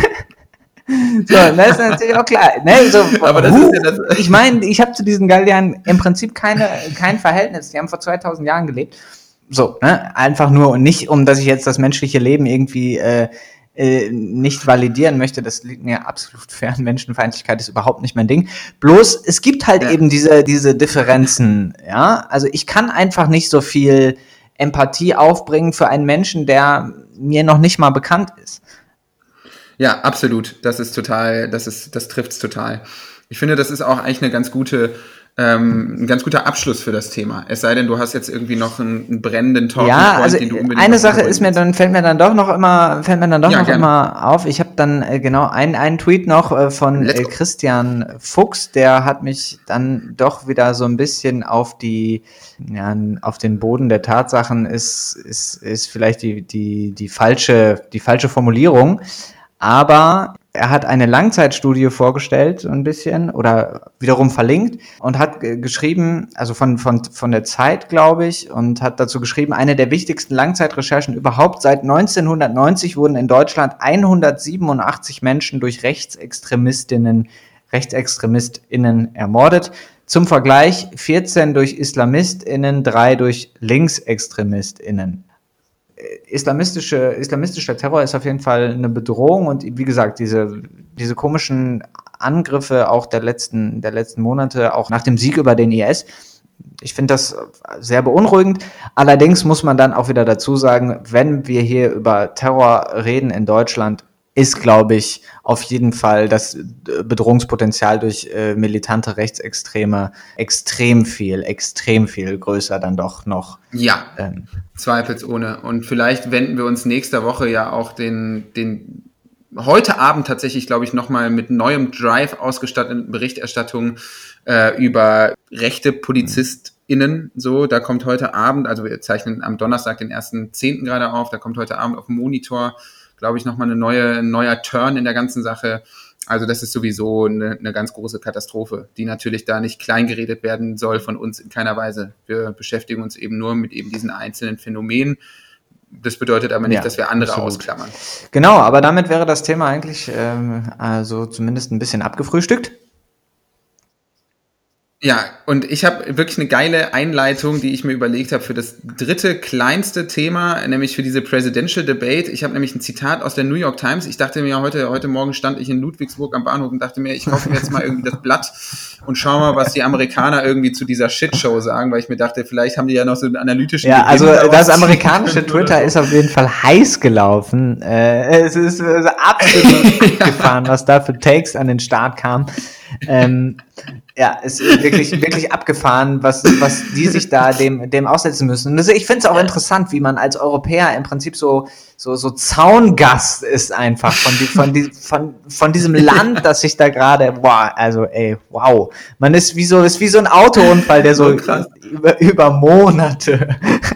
So, das ist natürlich auch klar. Ne? So, aber das uh, ist ja das ich meine, ich habe zu diesen Galliern im Prinzip keine, kein Verhältnis. Die haben vor zweitausend Jahren gelebt. So, ne? Einfach nur und nicht, um dass ich jetzt das menschliche Leben irgendwie äh, nicht validieren möchte, das liegt mir absolut fern. Menschenfeindlichkeit ist überhaupt nicht mein Ding. Bloß, es gibt halt ja. eben diese, diese Differenzen, ja. Also ich kann einfach nicht so viel Empathie aufbringen für einen Menschen, der mir noch nicht mal bekannt ist. Ja, absolut. Das ist total, das ist, das trifft's total. Ich finde, das ist auch eigentlich eine ganz gute, ähm, ein ganz guter Abschluss für das Thema. Es sei denn, du hast jetzt irgendwie noch einen, einen brennenden Talking ja, Point, also den du unbedingt eine Sache ist mir dann fällt mir dann doch noch immer fällt mir dann doch ja, noch gerne. immer auf. Ich habe dann äh, genau einen einen Tweet noch äh, von äh, Christian Fuchs, der hat mich dann doch wieder so ein bisschen auf die ja, auf den Boden der Tatsachen ist ist ist vielleicht die die die falsche die falsche Formulierung, aber er hat eine Langzeitstudie vorgestellt, ein bisschen, oder wiederum verlinkt, und hat g- geschrieben, also von, von, von der Zeit, glaube ich, und hat dazu geschrieben, eine der wichtigsten Langzeitrecherchen überhaupt. Seit neunzehnhundertneunzig wurden in Deutschland hundertsiebenundachtzig Menschen durch Rechtsextremistinnen, RechtsextremistInnen ermordet. Zum Vergleich vierzehn durch IslamistInnen, drei durch LinksextremistInnen. Islamistische, islamistischer Terror ist auf jeden Fall eine Bedrohung und wie gesagt, diese, diese komischen Angriffe auch der letzten, der letzten Monate, auch nach dem Sieg über den I S, ich finde das sehr beunruhigend. Allerdings muss man dann auch wieder dazu sagen, wenn wir hier über Terror reden in Deutschland, ist, glaube ich, auf jeden Fall das Bedrohungspotenzial durch äh, militante Rechtsextreme extrem viel, extrem viel größer dann doch noch. Ja, ähm, zweifelsohne. Und vielleicht wenden wir uns nächste Woche ja auch den, den heute Abend tatsächlich, glaube ich, nochmal mit neuem Drive ausgestatteten Berichterstattung äh, über rechte PolizistInnen. So, da kommt heute Abend, also wir zeichnen am Donnerstag den ersten zehnten gerade auf, da kommt heute Abend auf dem Monitor, glaube ich, nochmal eine neue, ein neuer Turn in der ganzen Sache. Also das ist sowieso eine, eine ganz große Katastrophe, die natürlich da nicht kleingeredet werden soll von uns in keiner Weise. Wir beschäftigen uns eben nur mit eben diesen einzelnen Phänomenen. Das bedeutet aber nicht, ja, dass wir andere absolut ausklammern. Genau, aber damit wäre das Thema eigentlich ähm, also zumindest ein bisschen abgefrühstückt. Ja, und ich habe wirklich eine geile Einleitung, die ich mir überlegt habe für das dritte kleinste Thema, nämlich für diese Presidential Debate. Ich habe nämlich ein Zitat aus der New York Times. Ich dachte mir, heute heute Morgen stand ich in Ludwigsburg am Bahnhof und dachte mir, ich kaufe mir jetzt mal irgendwie das Blatt und schau mal, was die Amerikaner irgendwie zu dieser Shitshow sagen, weil ich mir dachte, vielleicht haben die ja noch so einen analytischen... Ja, also das amerikanische Twitter ist auf jeden Fall heiß gelaufen. Äh, es ist also absolut gefahren, was da für Takes an den Start kam. Ähm, Ja, ist wirklich, wirklich abgefahren, was, was die sich da dem, dem aussetzen müssen. Und das, ich finde es auch interessant, wie man als Europäer im Prinzip so, so, so Zaungast ist einfach von, die, von, die, von, von diesem Land, das sich da gerade, boah, also ey, wow. Man ist wie so, ist wie so ein Autounfall, der so, so über, über Monate.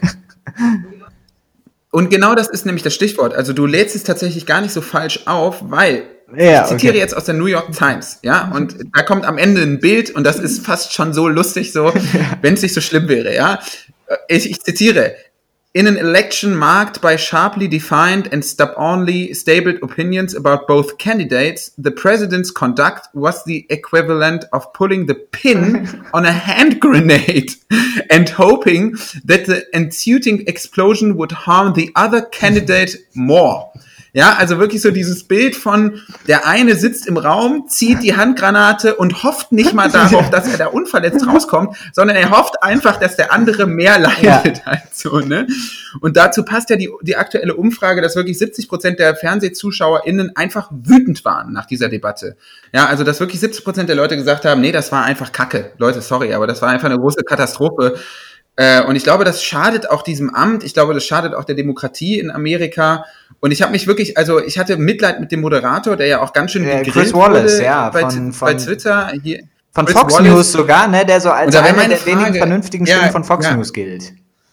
Und genau das ist nämlich das Stichwort. Also du lädst es tatsächlich gar nicht so falsch auf, weil ja, ich zitiere okay. jetzt aus der New York Times, ja, und da kommt am Ende ein Bild und das ist fast schon so lustig, so, wenn es nicht so schlimm wäre, ja. Ich, ich zitiere: In an election marked by sharply defined and stubbornly stabled opinions about both candidates, the president's conduct was the equivalent of pulling the pin on a hand grenade and hoping that the ensuing explosion would harm the other candidate more. Ja, also wirklich so dieses Bild von, der eine sitzt im Raum, zieht die Handgranate und hofft nicht mal darauf, dass er da unverletzt rauskommt, sondern er hofft einfach, dass der andere mehr leidet, ja. halt so, ne? Und dazu passt ja die, die aktuelle Umfrage, dass wirklich siebzig Prozent der FernsehzuschauerInnen einfach wütend waren nach dieser Debatte. Ja, also dass wirklich siebzig Prozent der Leute gesagt haben, nee, das war einfach Kacke. Leute, sorry, aber das war einfach eine große Katastrophe. Und ich glaube, das schadet auch diesem Amt. Ich glaube, das schadet auch der Demokratie in Amerika. Und ich habe mich wirklich, also ich hatte Mitleid mit dem Moderator, der ja auch ganz schön gegrillt Chris Wallace, wurde ja, bei, von, bei von, Twitter. Hier, von Chris Fox Wallace. News sogar, ne, der so als einer der Frage, wenigen vernünftigen Stimmen ja, von Fox ja. News gilt.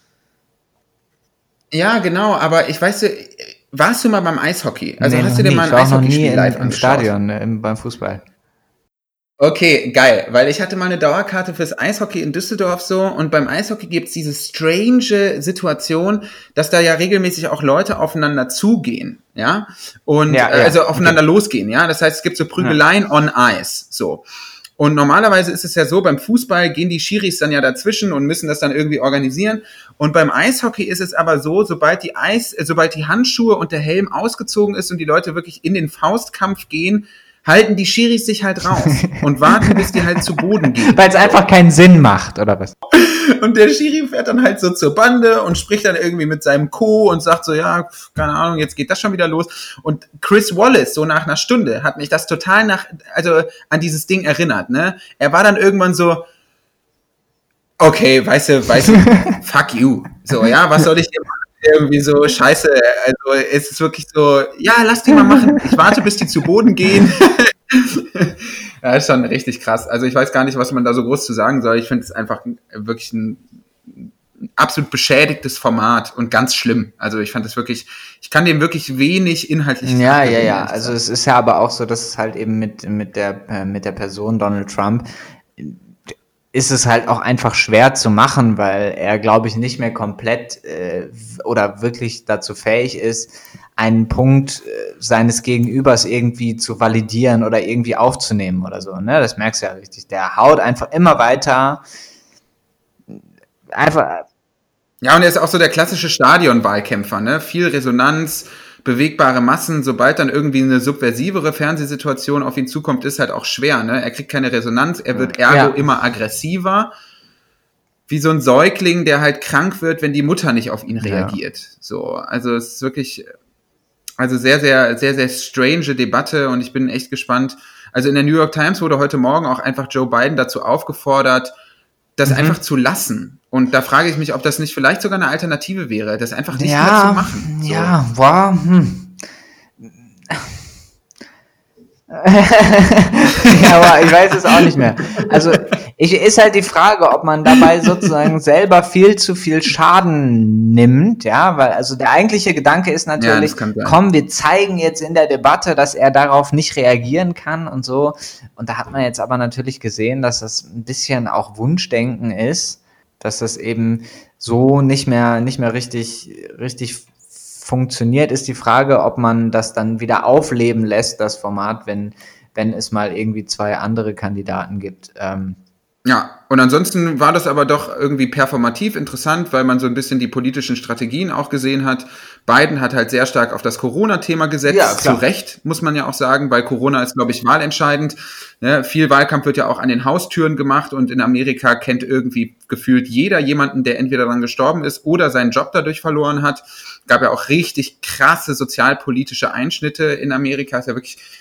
Ja, genau, aber ich weiß, warst du mal beim Eishockey? Also nee, hast du dir nie. mal ein Eishockeyspiel live im, im Stadion, im, beim Fußball? Okay, geil, weil ich hatte mal eine Dauerkarte fürs Eishockey in Düsseldorf so und beim Eishockey gibt's diese strange Situation, dass da ja regelmäßig auch Leute aufeinander zugehen, ja, und ja, ja. also aufeinander okay. losgehen, ja, das heißt, es gibt so Prügeleien ja. on Ice, so. Und normalerweise ist es ja so, beim Fußball gehen die Schiris dann ja dazwischen und müssen das dann irgendwie organisieren. Und beim Eishockey ist es aber so, sobald die Eis, äh, sobald die Handschuhe und der Helm ausgezogen ist und die Leute wirklich in den Faustkampf gehen, halten die Schiris sich halt raus und warten, bis die halt zu Boden gehen. Weil es einfach keinen Sinn macht, oder was? Und der Schiri fährt dann halt so zur Bande und spricht dann irgendwie mit seinem Co. und sagt so, ja, keine Ahnung, jetzt geht das schon wieder los. Und Chris Wallace, so nach einer Stunde, hat mich das total nach, also an dieses Ding erinnert, ne? Er war dann irgendwann so, okay, weißt du, weißt du, fuck you. So, ja, was soll ich dir machen? Irgendwie so, scheiße, also es ist wirklich so, ja, lass die mal machen, ich warte, bis die zu Boden gehen. Ja, ist schon richtig krass. Also ich weiß gar nicht, was man da so groß zu sagen soll. Ich finde es einfach wirklich ein absolut beschädigtes Format und ganz schlimm. Also ich fand es wirklich, ich kann dem wirklich wenig inhaltlich Ja, ja, ja. Also es ist ja aber auch so, dass es halt eben mit, mit der, mit der Person Donald Trump ist es halt auch einfach schwer zu machen, weil er, glaube ich, nicht mehr komplett äh, oder wirklich dazu fähig ist, einen Punkt äh, seines Gegenübers irgendwie zu validieren oder irgendwie aufzunehmen oder so. Ne? Das merkst du ja richtig. Der haut einfach immer weiter. Einfach. Ja, und er ist auch so der klassische Stadionwahlkämpfer, ne? Viel Resonanz, bewegbare Massen, sobald dann irgendwie eine subversivere Fernsehsituation auf ihn zukommt, ist halt auch schwer, ne? Er kriegt keine Resonanz, er wird ergo ja. immer aggressiver, wie so ein Säugling, der halt krank wird, wenn die Mutter nicht auf ihn reagiert. Ja. So, also es ist wirklich, also sehr, sehr, sehr, sehr strange Debatte und ich bin echt gespannt. Also in der New York Times wurde heute Morgen auch einfach Joe Biden dazu aufgefordert, das mhm. einfach zu lassen. Und da frage ich mich, ob das nicht vielleicht sogar eine Alternative wäre, das einfach nicht ja, mehr zu machen. So. Ja, wow. Hm. Ja, aber ich weiß es auch nicht mehr. Also ich, ist halt die Frage, ob man dabei sozusagen selber viel zu viel Schaden nimmt, ja, weil also der eigentliche Gedanke ist natürlich, ja, komm, wir zeigen jetzt in der Debatte, dass er darauf nicht reagieren kann und so. Und da hat man jetzt aber natürlich gesehen, dass das ein bisschen auch Wunschdenken ist, dass das eben so nicht mehr nicht mehr richtig richtig funktioniert, ist die Frage, ob man das dann wieder aufleben lässt, das Format, wenn, wenn es mal irgendwie zwei andere Kandidaten gibt. Ähm ja, und ansonsten war das aber doch irgendwie performativ interessant, weil man so ein bisschen die politischen Strategien auch gesehen hat. Biden hat halt sehr stark auf das Corona-Thema gesetzt, ja, zu Recht, muss man ja auch sagen, weil Corona ist, glaube ich, wahlentscheidend. Ne, viel Wahlkampf wird ja auch an den Haustüren gemacht und in Amerika kennt irgendwie gefühlt jeder jemanden, der entweder daran gestorben ist oder seinen Job dadurch verloren hat. Gab ja auch richtig krasse sozialpolitische Einschnitte in Amerika. Ist ja wirklich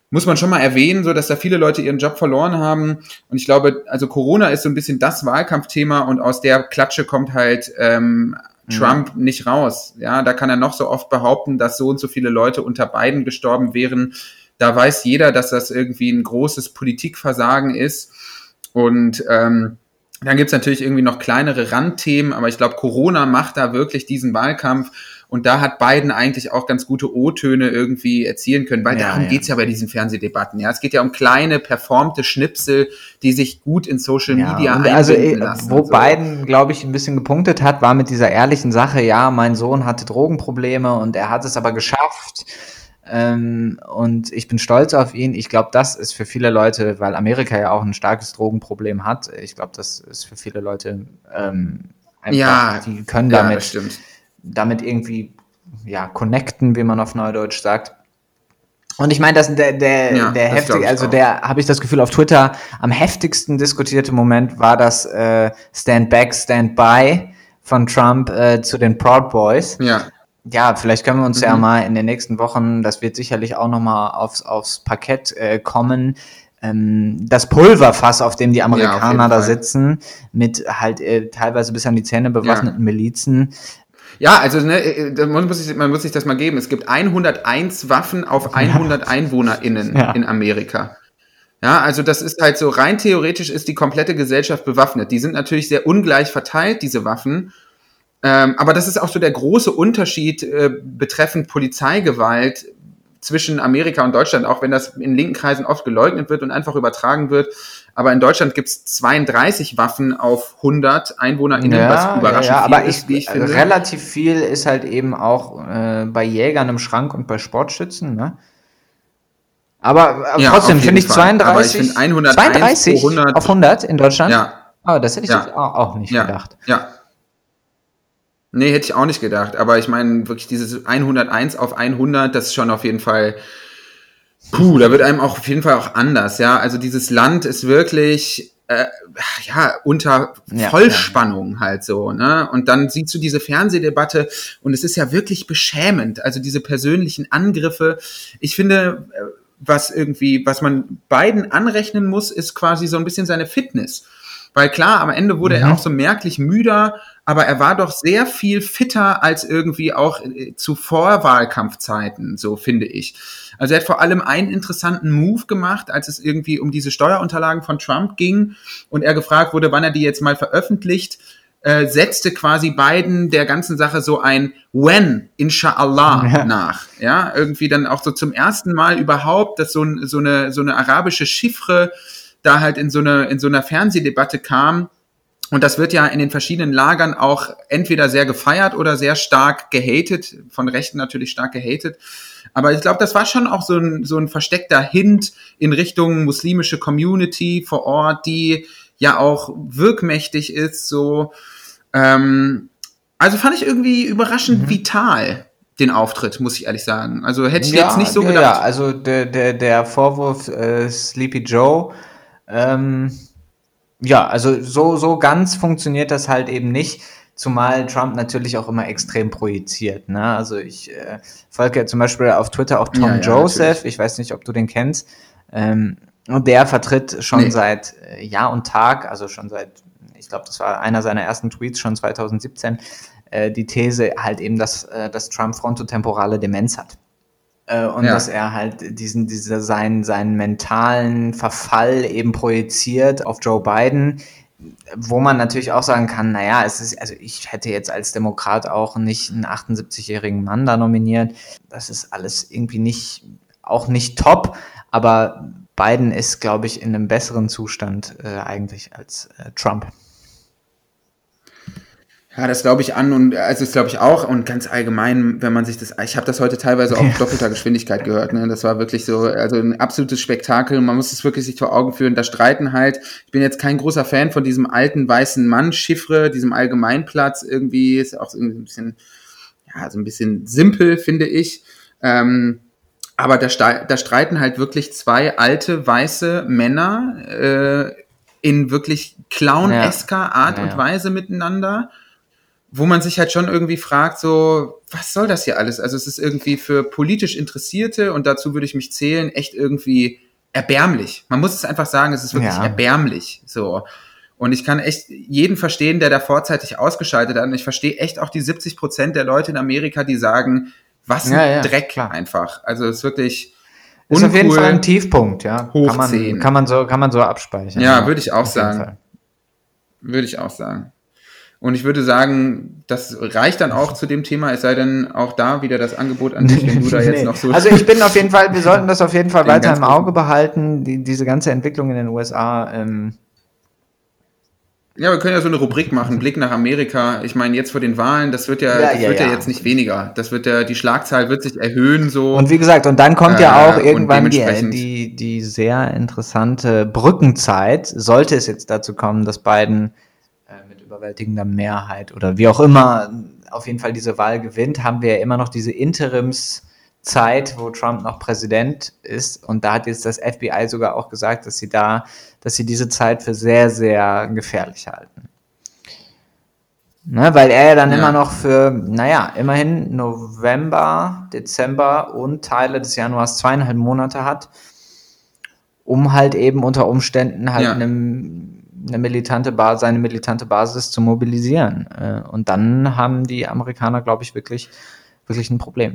muss man schon mal erwähnen, so dass da viele Leute ihren Job verloren haben. Und ich glaube, also Corona ist so ein bisschen das Wahlkampfthema und aus der Klatsche kommt halt ähm, Trump mhm. nicht raus. Ja, da kann er noch so oft behaupten, dass so und so viele Leute unter Biden gestorben wären. Da weiß jeder, dass das irgendwie ein großes Politikversagen ist. Und ähm, dann gibt's natürlich irgendwie noch kleinere Randthemen, aber ich glaube, Corona macht da wirklich diesen Wahlkampf. Und da hat Biden eigentlich auch ganz gute O-Töne irgendwie erzielen können, weil ja, darum ja. geht's ja bei diesen Fernsehdebatten. Ja, es geht ja um kleine, performte Schnipsel, die sich gut in Social ja, Media einbinden also, lassen. Wo so. Biden, glaube ich, ein bisschen gepunktet hat, war mit dieser ehrlichen Sache, ja, mein Sohn hatte Drogenprobleme und er hat es aber geschafft. Ähm, und ich bin stolz auf ihn. Ich glaube, das ist für viele Leute, weil Amerika ja auch ein starkes Drogenproblem hat, ich glaube, das ist für viele Leute ähm, einfach, ja, die können damit... Ja, das stimmt. damit irgendwie, ja, connecten, wie man auf Neudeutsch sagt. Und ich meine, das der, der, ja, der heftig, also auch. der, habe ich das Gefühl, auf Twitter am heftigsten diskutierte Moment war das äh, Stand Back, Stand By von Trump äh, zu den Proud Boys. Ja. Ja, vielleicht können wir uns mhm. ja mal in den nächsten Wochen, das wird sicherlich auch nochmal aufs, aufs Parkett äh, kommen, ähm, das Pulverfass, auf dem die Amerikaner ja, da sitzen, mit halt äh, teilweise bis an die Zähne bewaffneten ja. Milizen. Ja, also ne, man muss, sich, man muss sich das mal geben. Es gibt hunderteins Waffen auf hundert ja. EinwohnerInnen ja. in Amerika. Ja, also das ist halt so, rein theoretisch ist die komplette Gesellschaft bewaffnet. Die sind natürlich sehr ungleich verteilt, diese Waffen. Ähm, aber das ist auch so der große Unterschied äh, betreffend Polizeigewalt zwischen Amerika und Deutschland, auch wenn das in linken Kreisen oft geleugnet wird und einfach übertragen wird. Aber in Deutschland gibt es zweiunddreißig Waffen auf hundert EinwohnerInnen, ja, was überraschend ja, ja, viel aber ist, ich, wie ich finde. Relativ viel ist halt eben auch äh, bei Jägern im Schrank und bei Sportschützen, ne? Aber, aber ja, trotzdem finde ich zweiunddreißig, ich find hunderteins zweiunddreißig pro hundert, auf hundert in Deutschland? Ja. Oh, das hätte ich ja. jetzt auch nicht ja. gedacht. Ja. Nee, hätte ich auch nicht gedacht. Aber ich meine, wirklich dieses hunderteins auf hundert, das ist schon auf jeden Fall... Puh, da wird einem auch auf jeden Fall auch anders, ja. Also dieses Land ist wirklich äh, ja unter Vollspannung ja, ja. halt so, ne? Und dann siehst du diese Fernsehdebatte und es ist ja wirklich beschämend. Also diese persönlichen Angriffe. Ich finde, was irgendwie, was man beiden anrechnen muss, ist quasi so ein bisschen seine Fitness. Weil klar, am Ende wurde mhm. er auch so merklich müder, aber er war doch sehr viel fitter als irgendwie auch zu Vorwahlkampfzeiten, so finde ich. Also er hat vor allem einen interessanten Move gemacht, als es irgendwie um diese Steuerunterlagen von Trump ging und er gefragt wurde, wann er die jetzt mal veröffentlicht, äh, setzte quasi Biden der ganzen Sache so ein When, Inshallah ja. nach. Ja, irgendwie dann auch so zum ersten Mal überhaupt, dass so, ein, so, eine, so eine arabische Chiffre da halt in so, eine, in so einer Fernsehdebatte kam. Und das wird ja in den verschiedenen Lagern auch entweder sehr gefeiert oder sehr stark gehatet, von Rechten natürlich stark gehatet. Aber ich glaube, das war schon auch so ein, so ein versteckter Hint in Richtung muslimische Community vor Ort, die ja auch wirkmächtig ist. So, ähm, also fand ich irgendwie überraschend mhm. vital, den Auftritt, muss ich ehrlich sagen. Also hätte ich ja, jetzt nicht so ja, gedacht. Ja, also der, der, der Vorwurf äh, Sleepy Joe, ähm, ja, also so, so ganz funktioniert das halt eben nicht, zumal Trump natürlich auch immer extrem projiziert, ne? Also ich äh, folge ja zum Beispiel auf Twitter auch Tom ja, ja, Joseph, natürlich. Ich weiß nicht, ob du den kennst, ähm, und der vertritt schon nee. seit äh, Jahr und Tag, also schon seit, ich glaube, das war einer seiner ersten Tweets schon zwanzig siebzehn, äh, die These halt eben, dass, äh, dass Trump frontotemporale Demenz hat. Und ja. dass er halt diesen, dieser, seinen, seinen mentalen Verfall eben projiziert auf Joe Biden, wo man natürlich auch sagen kann, naja, es ist, also ich hätte jetzt als Demokrat auch nicht einen achtundsiebzigjährigen Mann da nominiert. Das ist alles irgendwie nicht, auch nicht top, aber Biden ist, glaube ich, in einem besseren Zustand äh, eigentlich als äh, Trump. Ja, das glaube ich an und also das glaube ich auch und ganz allgemein, wenn man sich das, ich habe das heute teilweise auch auf doppelter Geschwindigkeit gehört, ne? Das war wirklich so, also ein absolutes Spektakel. Man muss es wirklich sich vor Augen führen. Da streiten halt. Ich bin jetzt kein großer Fan von diesem alten weißen Mann Chiffre, diesem Allgemeinplatz irgendwie ist auch irgendwie ein bisschen, ja, so ein bisschen simpel finde ich. Ähm, aber da, da streiten halt wirklich zwei alte weiße Männer äh, in wirklich clownesker Art ja. Ja, ja. und Weise miteinander. wo man sich halt schon irgendwie fragt, so, was soll das hier alles? Also es ist irgendwie für politisch Interessierte, und dazu würde ich mich zählen, echt irgendwie erbärmlich. Man muss es einfach sagen, es ist wirklich Ja. erbärmlich, so. Und ich kann echt jeden verstehen, der da vorzeitig ausgeschaltet hat. Und ich verstehe echt auch die siebzig Prozent der Leute in Amerika, die sagen, was ein Ja, ja, Dreck klar. einfach. Also es ist wirklich Ist uncool. auf jeden Fall ein Tiefpunkt, ja. Hoch Kann man, zehn. kann man so, kann man so abspeichern. Ja, würde ich auch auf jeden sagen. Fall. Würde ich auch sagen. Und ich würde sagen, das reicht dann auch zu dem Thema, es sei denn auch da wieder das Angebot an dich, wenn du da jetzt Nee. noch so... Also ich bin auf jeden Fall, wir sollten das auf jeden Fall Den weiter ganz im Auge behalten, die, diese ganze Entwicklung in den U S A. Ähm, Ja, wir können ja so eine Rubrik machen, Blick nach Amerika. Ich meine, jetzt vor den Wahlen, das wird ja, Ja, das ja, wird ja, ja. jetzt nicht weniger. Das wird ja, die Schlagzahl wird sich erhöhen, so. Und wie gesagt, und dann kommt ja auch Äh, und irgendwann die, dementsprechend- die, die sehr interessante Brückenzeit, sollte es jetzt dazu kommen, dass Biden äh, mit überwältigender Mehrheit oder wie auch immer auf jeden Fall diese Wahl gewinnt, haben wir ja immer noch diese Interimszeit, wo Trump noch Präsident ist. Und da hat jetzt das F B I sogar auch gesagt, dass sie da, dass sie diese Zeit für sehr, sehr gefährlich halten. Ne, weil er ja dann Ja. immer noch für, naja, immerhin November, Dezember und Teile des Januars zweieinhalb Monate hat, um halt eben unter Umständen halt Ja. eine, eine militante Basis, seine militante Basis zu mobilisieren. Äh, Und dann haben die Amerikaner, glaube ich, wirklich, wirklich ein Problem.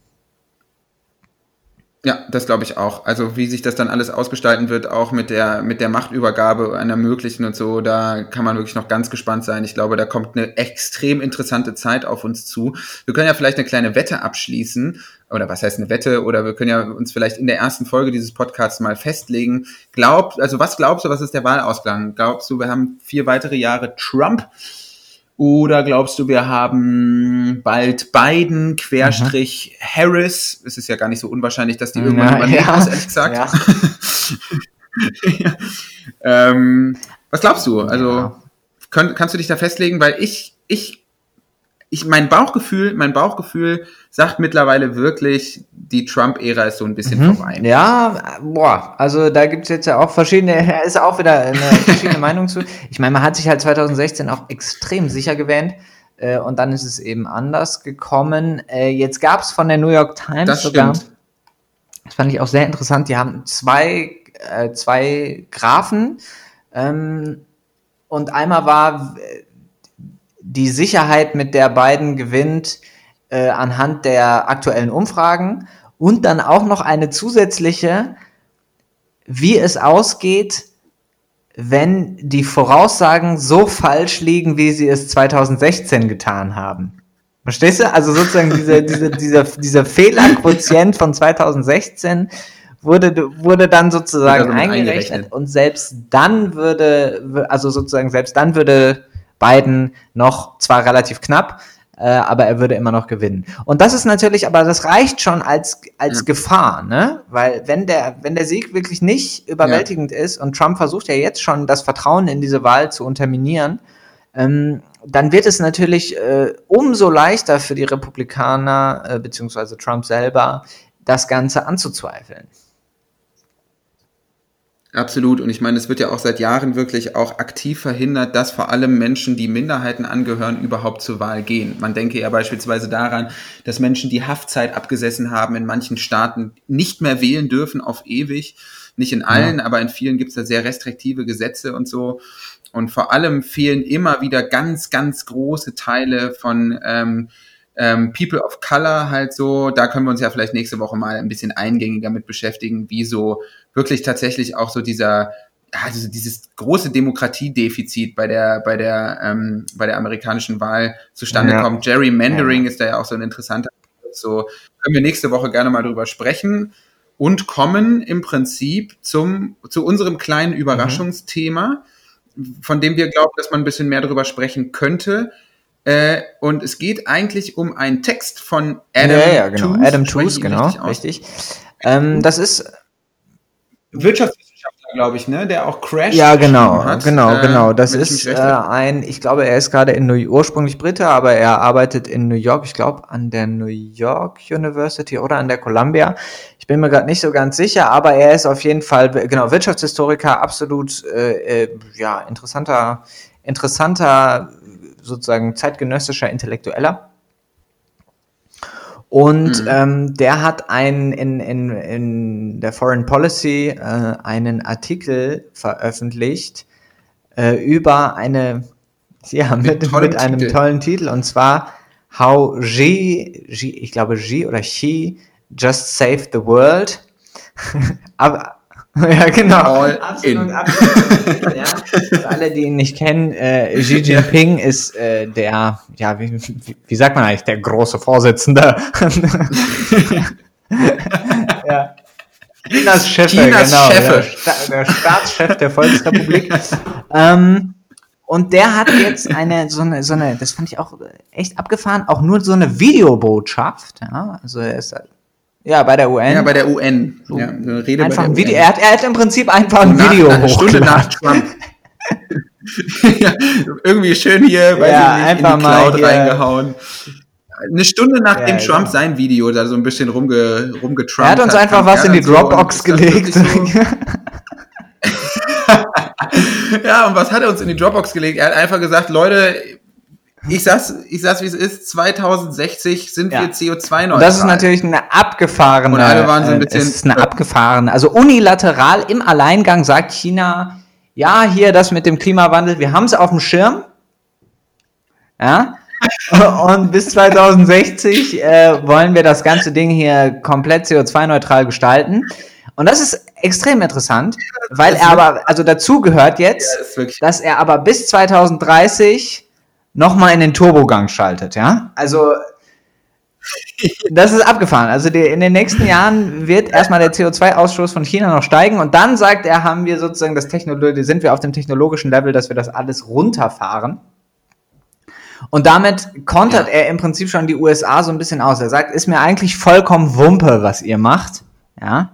Ja, das glaube ich auch. Also wie sich das dann alles ausgestalten wird, auch mit der mit der Machtübergabe einer möglichen und so, da kann man wirklich noch ganz gespannt sein. Ich glaube, da kommt eine extrem interessante Zeit auf uns zu. Wir können ja vielleicht eine kleine Wette abschließen, oder was heißt eine Wette, oder wir können ja uns vielleicht in der ersten Folge dieses Podcasts mal festlegen. Glaubt, also was glaubst du, was ist der Wahlausgang? Glaubst du, wir haben vier weitere Jahre Trump? Oder glaubst du, wir haben bald Biden, Querstrich Harris? Es ist ja gar nicht so unwahrscheinlich, dass die irgendwann Ja, übernehmen, ja. muss, ehrlich gesagt. Ja. Ja. ähm, was glaubst du? Also Ja. könnt, kannst du dich da festlegen? Weil ich, ich, ich, mein Bauchgefühl, mein Bauchgefühl sagt mittlerweile wirklich, die Trump-Ära ist so ein bisschen Mhm. vorbei. Ja, boah, also da gibt es jetzt ja auch verschiedene, da ist auch wieder eine verschiedene Meinung zu. Ich meine, man hat sich halt zwanzig sechzehn auch extrem sicher gewähnt äh, und dann ist es eben anders gekommen. Äh, jetzt gab es von der New York Times Das sogar, stimmt. das fand ich auch sehr interessant, die haben zwei, äh, zwei Graphen ähm, und einmal war äh, die Sicherheit, mit der Biden gewinnt, äh, anhand der aktuellen Umfragen und dann auch noch eine zusätzliche, wie es ausgeht, wenn die Voraussagen so falsch liegen, wie sie es zwanzig sechzehn getan haben. Verstehst du? Also sozusagen diese, diese, dieser, dieser Fehlerquotient von zwanzig sechzehn wurde, wurde dann sozusagen Wird also mit eingerechnet eingerechnet. und selbst dann würde, also sozusagen selbst dann würde Biden noch, zwar relativ knapp, äh, aber er würde immer noch gewinnen. Und das ist natürlich, aber das reicht schon als, als Ja. Gefahr, ne? Weil wenn der, wenn der Sieg wirklich nicht überwältigend ist und Trump versucht ja jetzt schon das Vertrauen in diese Wahl zu unterminieren, ähm, dann wird es natürlich äh, umso leichter für die Republikaner, äh, beziehungsweise Trump selber, das Ganze anzuzweifeln. Absolut. Und ich meine, es wird ja auch seit Jahren wirklich auch aktiv verhindert, dass vor allem Menschen, die Minderheiten angehören, überhaupt zur Wahl gehen. Man denke ja beispielsweise daran, dass Menschen, die Haftzeit abgesessen haben, in manchen Staaten nicht mehr wählen dürfen auf ewig. Nicht in allen, ja. aber in vielen gibt es da sehr restriktive Gesetze und so. Und vor allem fehlen immer wieder ganz, ganz große Teile von ähm, ähm, People of Color halt so. Da können wir uns ja vielleicht nächste Woche mal ein bisschen eingängiger mit beschäftigen, wie so wirklich tatsächlich auch so dieser, also dieses große Demokratiedefizit bei der, bei der, ähm, bei der amerikanischen Wahl zustande ja. kommt. Gerrymandering ja. ist da ja auch so ein interessanter Begriff. So können wir nächste Woche gerne mal drüber sprechen und kommen im Prinzip zum, zu unserem kleinen Überraschungsthema, mhm. von dem wir glauben, dass man ein bisschen mehr darüber sprechen könnte. Äh, und es geht eigentlich um einen Text von Adam ja, ja, genau. Tooze. Adam Tooze, genau, richtig. Ähm, das ist Wirtschaftswissenschaftler, glaube ich, ne, der auch Crash ja, genau, hat. genau, genau. Das äh, ist äh, ein, ich glaube, er ist gerade in New ursprünglich Brite, aber er arbeitet in New York, ich glaube, an der New York University oder an der Columbia. Ich bin mir gerade nicht so ganz sicher, aber er ist auf jeden Fall, genau, Wirtschaftshistoriker, absolut, äh, äh, ja, interessanter, interessanter sozusagen zeitgenössischer Intellektueller. Und mhm. ähm, der hat ein, in, in, in der Foreign Policy äh, einen Artikel veröffentlicht äh, über eine, ja, mit, mit, mit einem Titel. tollen Titel, und zwar How Xi, Xi, ich glaube Xi oder Xi just saved the world. Aber, ja, genau. All absolut, absolut. Ja. Für alle, die ihn nicht kennen, äh, Xi Jinping ja. ist äh, der, ja, wie, wie, wie sagt man eigentlich, der große Vorsitzende. ja. Chinas Chef, Chinas genau. Chefe. Der, der Staatschef der Volksrepublik. ähm, und der hat jetzt eine, so eine, so eine, das fand ich auch echt abgefahren, auch nur so eine Videobotschaft, ja, also er ist halt, ja, bei der U N. Ja, bei der U N. So ja, eine Rede einfach bei der ein Video, U N. Er, hat, er hat im Prinzip einfach ein nach, Video nach eine Stunde nach hochgeladen. Trump. ja, irgendwie schön hier, weiß Ja, ich nicht, einfach in die Cloud mal hier- reingehauen. Eine Stunde nachdem Ja, Trump genau. sein Video da so ein bisschen rumge, rumgetrumpt Er hat uns einfach kam was er in die dann so und Dropbox ist dann gelegt. wirklich so- Ja, und was hat er uns in die Dropbox gelegt? Er hat einfach gesagt, Leute, ich sag's, ich sag's wie es ist, zwanzig sechzig sind Ja. wir C O zwei neutral. Und das ist natürlich eine abgefahrene, Und alle waren so ein äh, bisschen- es ist eine abgefahrene, also unilateral im Alleingang sagt China, ja, hier das mit dem Klimawandel, wir haben es auf dem Schirm, ja, und bis zwanzig sechzig äh, wollen wir das ganze Ding hier komplett C O zwei neutral gestalten. Und das ist extrem interessant, weil ist er aber, also dazu gehört jetzt, Ja, das ist wirklich- dass er aber bis zwanzig dreißig nochmal in den Turbogang schaltet, ja? Also, das ist abgefahren. Also, die, in den nächsten Jahren wird erstmal der C O zwei Ausstoß von China noch steigen und dann sagt er, haben wir sozusagen das Technologie, sind wir auf dem technologischen Level, dass wir das alles runterfahren. Und damit kontert Ja. er im Prinzip schon die U S A so ein bisschen aus. Er sagt, ist mir eigentlich vollkommen Wumpe, was ihr macht, ja?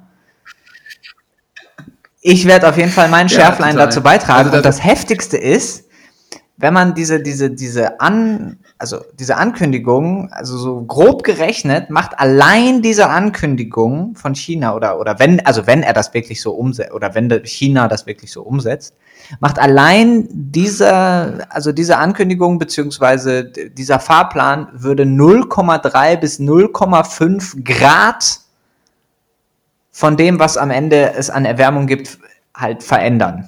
Ich werde auf jeden Fall mein Ja, Schärflein total. dazu beitragen. Also das- und das Heftigste ist, wenn man diese, diese, diese An, also diese Ankündigung, also so grob gerechnet, macht allein diese Ankündigung von China oder, oder wenn, also wenn er das wirklich so umsetzt, oder wenn China das wirklich so umsetzt, macht allein diese, also diese Ankündigung beziehungsweise dieser Fahrplan würde null Komma drei bis null Komma fünf Grad von dem, was am Ende es an Erwärmung gibt, halt verändern.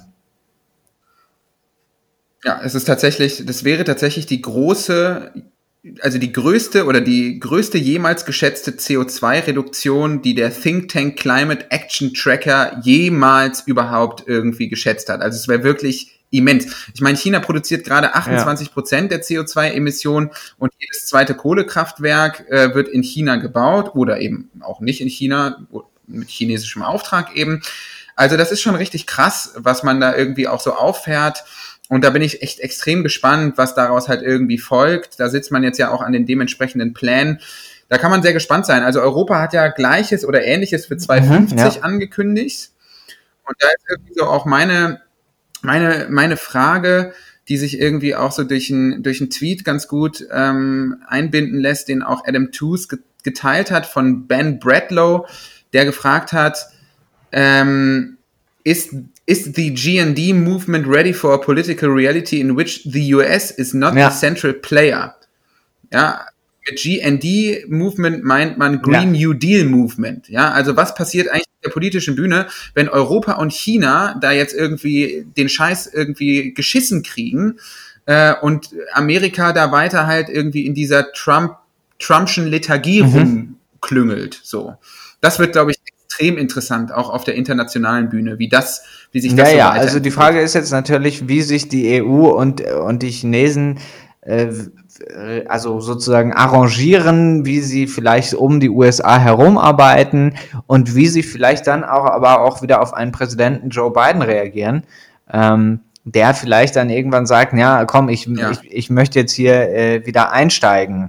Ja, es ist tatsächlich, das wäre tatsächlich die große, also die größte oder die größte jemals geschätzte C O zwei Reduktion, die der Think Tank Climate Action Tracker jemals überhaupt irgendwie geschätzt hat. Also es wäre wirklich immens. Ich meine, China produziert gerade achtundzwanzig Prozent der C O zwei Emissionen und jedes zweite Kohlekraftwerk äh, wird in China gebaut oder eben auch nicht in China, mit chinesischem Auftrag eben. Also das ist schon richtig krass, was man da irgendwie auch so auffährt. Und da bin ich echt extrem gespannt, was daraus halt irgendwie folgt. Da sitzt man jetzt ja auch an den dementsprechenden Plänen. Da kann man sehr gespannt sein. Also Europa hat ja Gleiches oder Ähnliches für zwanzig fünfzig ja. angekündigt. Und da ist irgendwie so auch meine, meine, meine Frage, die sich irgendwie auch so durch einen durch einen Tweet ganz gut ähm, einbinden lässt, den auch Adam Tooze geteilt hat von Ben Bradlow, der gefragt hat, ähm, ist Is the G N D movement ready for a political reality in which the U S is not Ja. the central player? Ja, mit G N D Movement meint man Green Ja. New Deal Movement. Ja, also was passiert eigentlich auf der politischen Bühne, wenn Europa und China da jetzt irgendwie den Scheiß irgendwie geschissen kriegen äh, und Amerika da weiter halt irgendwie in dieser Trump Trumpschen Lethargie Mhm. rumklüngelt. So, das wird, glaube ich, extrem interessant, auch auf der internationalen Bühne, wie das, wie sich das Ja, so ja, weiterentwickelt. also die Frage ist jetzt natürlich, wie sich die E U und, und die Chinesen äh, also sozusagen arrangieren, wie sie vielleicht um die U S A herumarbeiten und wie sie vielleicht dann auch aber auch wieder auf einen Präsidenten Joe Biden reagieren, ähm, der vielleicht dann irgendwann sagt, ja, komm, ich, Ja. ich, ich möchte jetzt hier äh, wieder einsteigen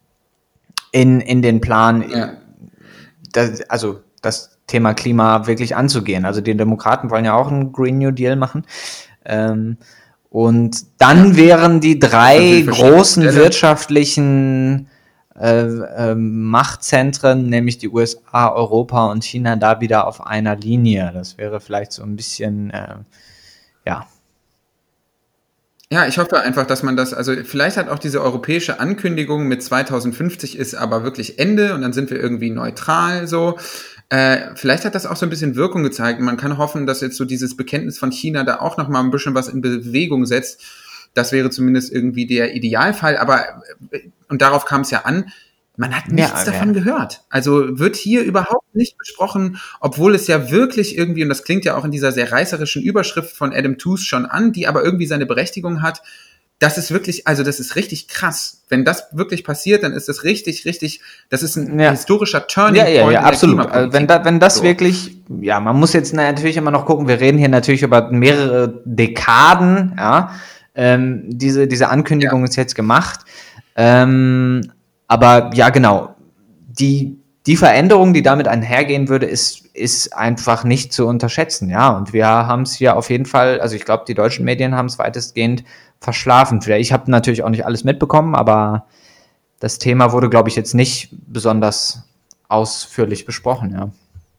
in, in den Plan, Ja. das, also das Thema Klima wirklich anzugehen. Also die Demokraten wollen ja auch einen Green New Deal machen. Ähm, und dann wären die drei Natürlich verschiedene großen Modelle. wirtschaftlichen äh, äh, Machtzentren, nämlich die U S A, Europa und China, da wieder auf einer Linie. Das wäre vielleicht so ein bisschen, äh, ja. Ja, ich hoffe einfach, dass man das, also vielleicht hat auch diese europäische Ankündigung mit zweitausendfünfzig ist aber wirklich Ende und dann sind wir irgendwie neutral so. Äh, vielleicht hat das auch so ein bisschen Wirkung gezeigt. Man kann hoffen, dass jetzt so dieses Bekenntnis von China da auch noch mal ein bisschen was in Bewegung setzt. Das wäre zumindest irgendwie der Idealfall. Aber, äh, und darauf kam es ja an, man hat nichts ja, davon ja. gehört. Also wird hier überhaupt nicht besprochen, obwohl es ja wirklich irgendwie, und das klingt ja auch in dieser sehr reißerischen Überschrift von Adam Tooze schon an, die aber irgendwie seine Berechtigung hat. Das ist wirklich, also das ist richtig krass. Wenn das wirklich passiert, dann ist das richtig, richtig, das ist ein ja. historischer Turning ja, ja, Point. Ja, ja, absolut. Also wenn, da, wenn das so. wirklich, ja, man muss jetzt natürlich immer noch gucken, wir reden hier natürlich über mehrere Dekaden, ja, ähm, diese, diese Ankündigung ja. ist jetzt gemacht. Ähm, Aber ja, genau, die, die Veränderung, die damit einhergehen würde, ist, ist einfach nicht zu unterschätzen, ja. Und wir haben es hier auf jeden Fall, also ich glaube, die deutschen Medien haben es weitestgehend verschlafen. Ich habe natürlich auch nicht alles mitbekommen, aber das Thema wurde, glaube ich, jetzt nicht besonders ausführlich besprochen, ja.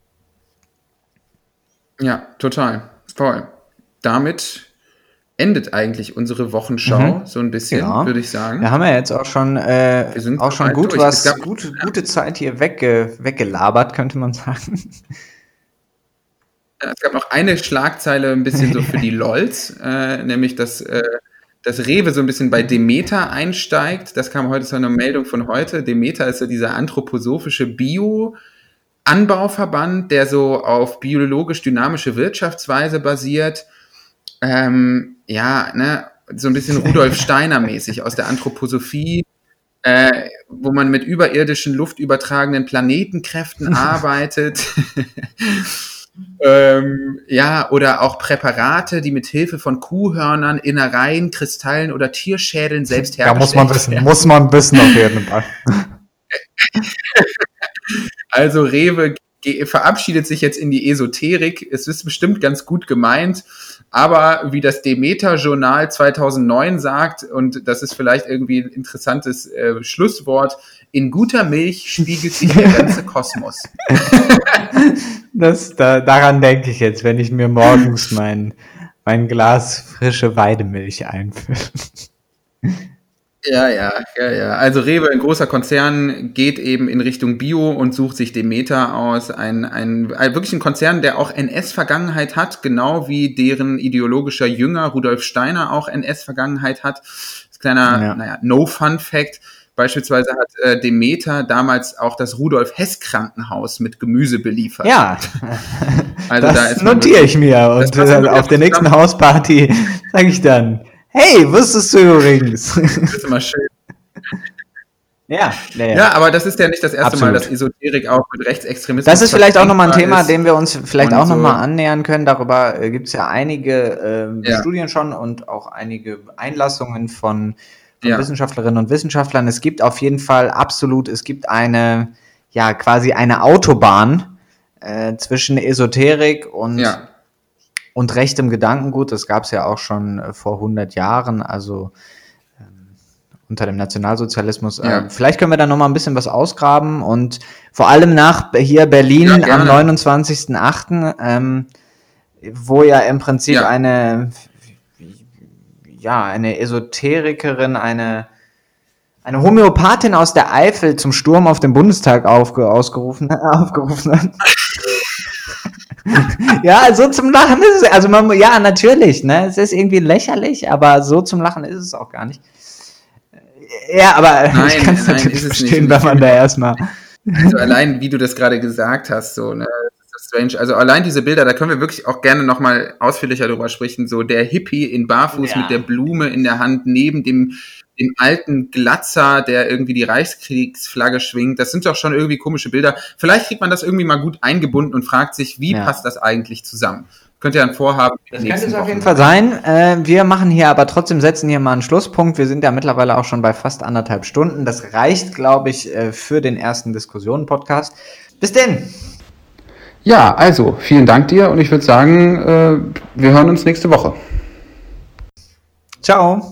Ja, total, voll. Damit endet eigentlich unsere Wochenschau mhm. so ein bisschen, ja. würde ich sagen. Wir haben ja jetzt auch schon, äh, Wir sind auch schon gut durch. was, gab, gut, gute Zeit hier wegge, weggelabert, könnte man sagen. Es gab noch eine Schlagzeile ein bisschen so für die LOLs, äh, nämlich dass, äh, dass Rewe so ein bisschen bei Demeter einsteigt. Das kam heute, ist eine Meldung von heute. Demeter ist ja dieser anthroposophische Bio- Anbauverband, der so auf biologisch dynamische Wirtschaftsweise basiert. Ähm, ja, ne, so ein bisschen Rudolf Steiner-mäßig aus der Anthroposophie, äh, wo man mit überirdischen, luftübertragenden Planetenkräften arbeitet. ähm, ja, oder auch Präparate, die mit Hilfe von Kuhhörnern, Innereien, Kristallen oder Tierschädeln selbst hergestellt werden. Ja, muss man wissen, werden. muss man wissen auf jeden Fall. Also Rewe ge- verabschiedet sich jetzt in die Esoterik. Es ist bestimmt ganz gut gemeint, aber wie das Demeter-Journal zweitausendneun sagt, und das ist vielleicht irgendwie ein interessantes äh, Schlusswort, in guter Milch spiegelt sich der ganze Kosmos. Das, da, daran denke ich jetzt, wenn ich mir morgens mein, mein Glas frische Weidemilch einfülle. Ja, ja, ja, ja. Also Rewe, ein großer Konzern, geht eben in Richtung Bio und sucht sich Demeter aus. Ein, ein, ein wirklich ein Konzern, der auch N S-Vergangenheit hat, genau wie deren ideologischer Jünger Rudolf Steiner auch N S-Vergangenheit hat. Das kleiner, ja. naja, No-Fun-Fact. Beispielsweise hat äh, Demeter damals auch das Rudolf-Hess-Krankenhaus mit Gemüse beliefert. Ja, also das da ist notiere ich mir. Und äh, auf der nächsten Hausparty sage ich dann, hey, wusstest du übrigens? Das ist immer schön. Ja, ja, ja. ja, aber das ist ja nicht das erste Absolut. Mal, dass Esoterik auch mit Rechtsextremismus. Das ist vielleicht auch nochmal ein Thema, ist. dem wir uns vielleicht und auch nochmal so. annähern können. Darüber äh, gibt es ja einige äh, ja. Studien schon und auch einige Einlassungen von, von ja. Wissenschaftlerinnen und Wissenschaftlern. Es gibt auf jeden Fall absolut, es gibt eine, ja, quasi eine Autobahn äh, zwischen Esoterik und ja. und rechtem Gedankengut. Das gab es ja auch schon äh, vor hundert Jahren, also ähm, unter dem Nationalsozialismus. Ja. Äh, vielleicht können wir da noch mal ein bisschen was ausgraben und vor allem nach hier Berlin ja, am neunundzwanzigsten achten, ähm, wo ja im Prinzip ja. eine ja eine Esoterikerin, eine eine Homöopathin aus der Eifel zum Sturm auf den Bundestag aufge- ausgerufen, aufgerufen hat. Ja, so zum Lachen ist es, also man, ja, natürlich, ne, es ist irgendwie lächerlich, aber so zum Lachen ist es auch gar nicht. Ja, aber nein, ich kann es natürlich verstehen, wenn man da erstmal... Also allein, wie du das gerade gesagt hast, so, ne, das ist strange, also allein diese Bilder, da können wir wirklich auch gerne nochmal ausführlicher drüber sprechen, so der Hippie in Barfuß ja. mit der Blume in der Hand neben dem dem alten Glatzer, der irgendwie die Reichskriegsflagge schwingt. Das sind doch schon irgendwie komische Bilder. Vielleicht kriegt man das irgendwie mal gut eingebunden und fragt sich, wie ja. passt das eigentlich zusammen? Könnt ihr ein Vorhaben? Das könnte es auf jeden Fall sein. Äh, wir machen hier aber trotzdem, setzen hier mal einen Schlusspunkt. Wir sind ja mittlerweile auch schon bei fast anderthalb Stunden. Das reicht, glaube ich, äh, für den ersten Diskussionen-Podcast. Bis denn! Ja, also, vielen Dank dir und ich würde sagen, äh, wir hören uns nächste Woche. Ciao!